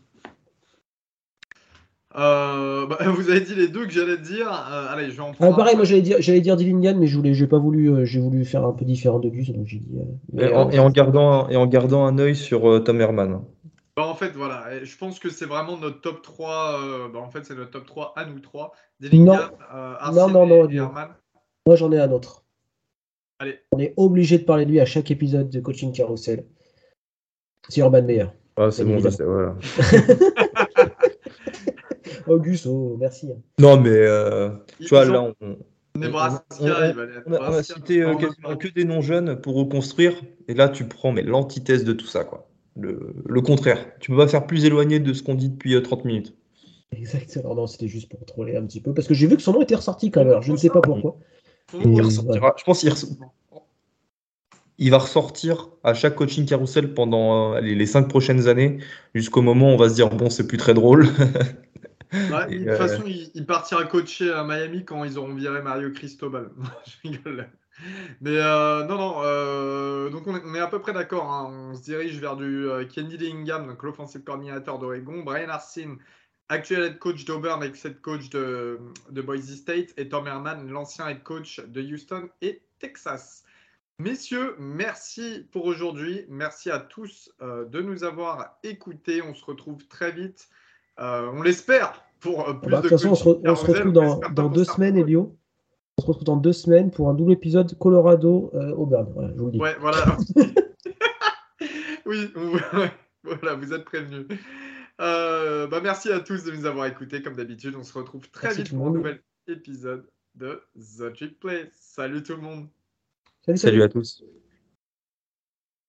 Speaker 1: Bah, vous avez dit les deux que j'allais dire. Allez, je vais en
Speaker 2: Ah,
Speaker 1: prendre un
Speaker 2: pareil, moi
Speaker 1: troisième.
Speaker 2: j'allais dire Dillingham, mais j'ai pas voulu, j'ai voulu faire un peu différent de Gus, donc j'ai dit.
Speaker 3: Et en gardant un œil sur Tom Herman.
Speaker 1: Bah, en fait, voilà. Et je pense que c'est vraiment notre top 3. Bah, en fait, c'est notre top 3 à nous trois.
Speaker 2: Non,
Speaker 1: Dillingham,
Speaker 2: non,
Speaker 1: Arsene
Speaker 2: non, non,
Speaker 1: et
Speaker 2: Elio.
Speaker 1: Herman.
Speaker 2: Moi j'en ai un autre.
Speaker 1: Allez.
Speaker 2: On est obligé de parler de lui à chaque épisode de Coaching Carousel. C'est Urban Meyer.
Speaker 3: Ah, c'est
Speaker 2: Bien
Speaker 3: bon, je
Speaker 2: évidemment.
Speaker 3: sais, voilà.
Speaker 2: Augusto, merci.
Speaker 3: Non, mais tu vois,
Speaker 1: Ils
Speaker 3: là,
Speaker 1: ont Nebraska, il va aller à
Speaker 3: on a
Speaker 1: Nebraska.
Speaker 3: cité quasiment que des noms jeunes pour reconstruire, et là, tu prends mais l'antithèse de tout ça, quoi. Le contraire. Tu peux pas faire plus éloigné de ce qu'on dit depuis 30 minutes.
Speaker 2: Exactement. Non, c'était juste pour troller un petit peu. Parce que j'ai vu que son nom était ressorti quand même. Alors, je ne sais pas pourquoi.
Speaker 1: Son
Speaker 2: Et
Speaker 1: nom
Speaker 3: Il
Speaker 1: prochain.
Speaker 2: voilà.
Speaker 3: ressortira. Je pense il va ressortir à chaque coaching carousel pendant les 5 prochaines années, jusqu'au moment où on va se dire, bon, c'est plus très drôle.
Speaker 1: Ouais,
Speaker 3: Et,
Speaker 1: de toute façon, il partira coacher à Miami quand ils auront viré Mario Cristobal. Je rigole. Mais non, non. Donc on est à peu près d'accord, hein. On se dirige vers du Kenny Dillingham, donc l'offensive coordinateur d'Oregon, Brian Harsin, actuel head coach d'Auburn, ex-head coach de Boise State, et Tom Herman, l'ancien head coach de Houston et Texas. Messieurs, merci pour aujourd'hui. Merci à tous de nous avoir écoutés. On se retrouve très vite. On l'espère pour plus
Speaker 2: De
Speaker 1: de
Speaker 2: toute façon,
Speaker 1: coaching
Speaker 2: on se retrouve
Speaker 1: carousel. On l'espère pas
Speaker 2: dans
Speaker 1: pour
Speaker 2: 2 semaines,
Speaker 1: Starting.
Speaker 2: Elio. On se retrouve dans 2 semaines pour un double épisode Colorado-Auburn. Voilà, je vous le dis.
Speaker 1: Ouais, voilà. Oui, voilà, vous êtes prévenus. Merci à tous de nous avoir écoutés. Comme d'habitude, on se retrouve très
Speaker 2: Merci
Speaker 1: vite
Speaker 2: tout le
Speaker 1: pour un
Speaker 2: monde.
Speaker 1: nouvel épisode de The Trick Play. Salut tout le monde.
Speaker 2: Salut,
Speaker 3: salut
Speaker 2: salut.
Speaker 3: à tous.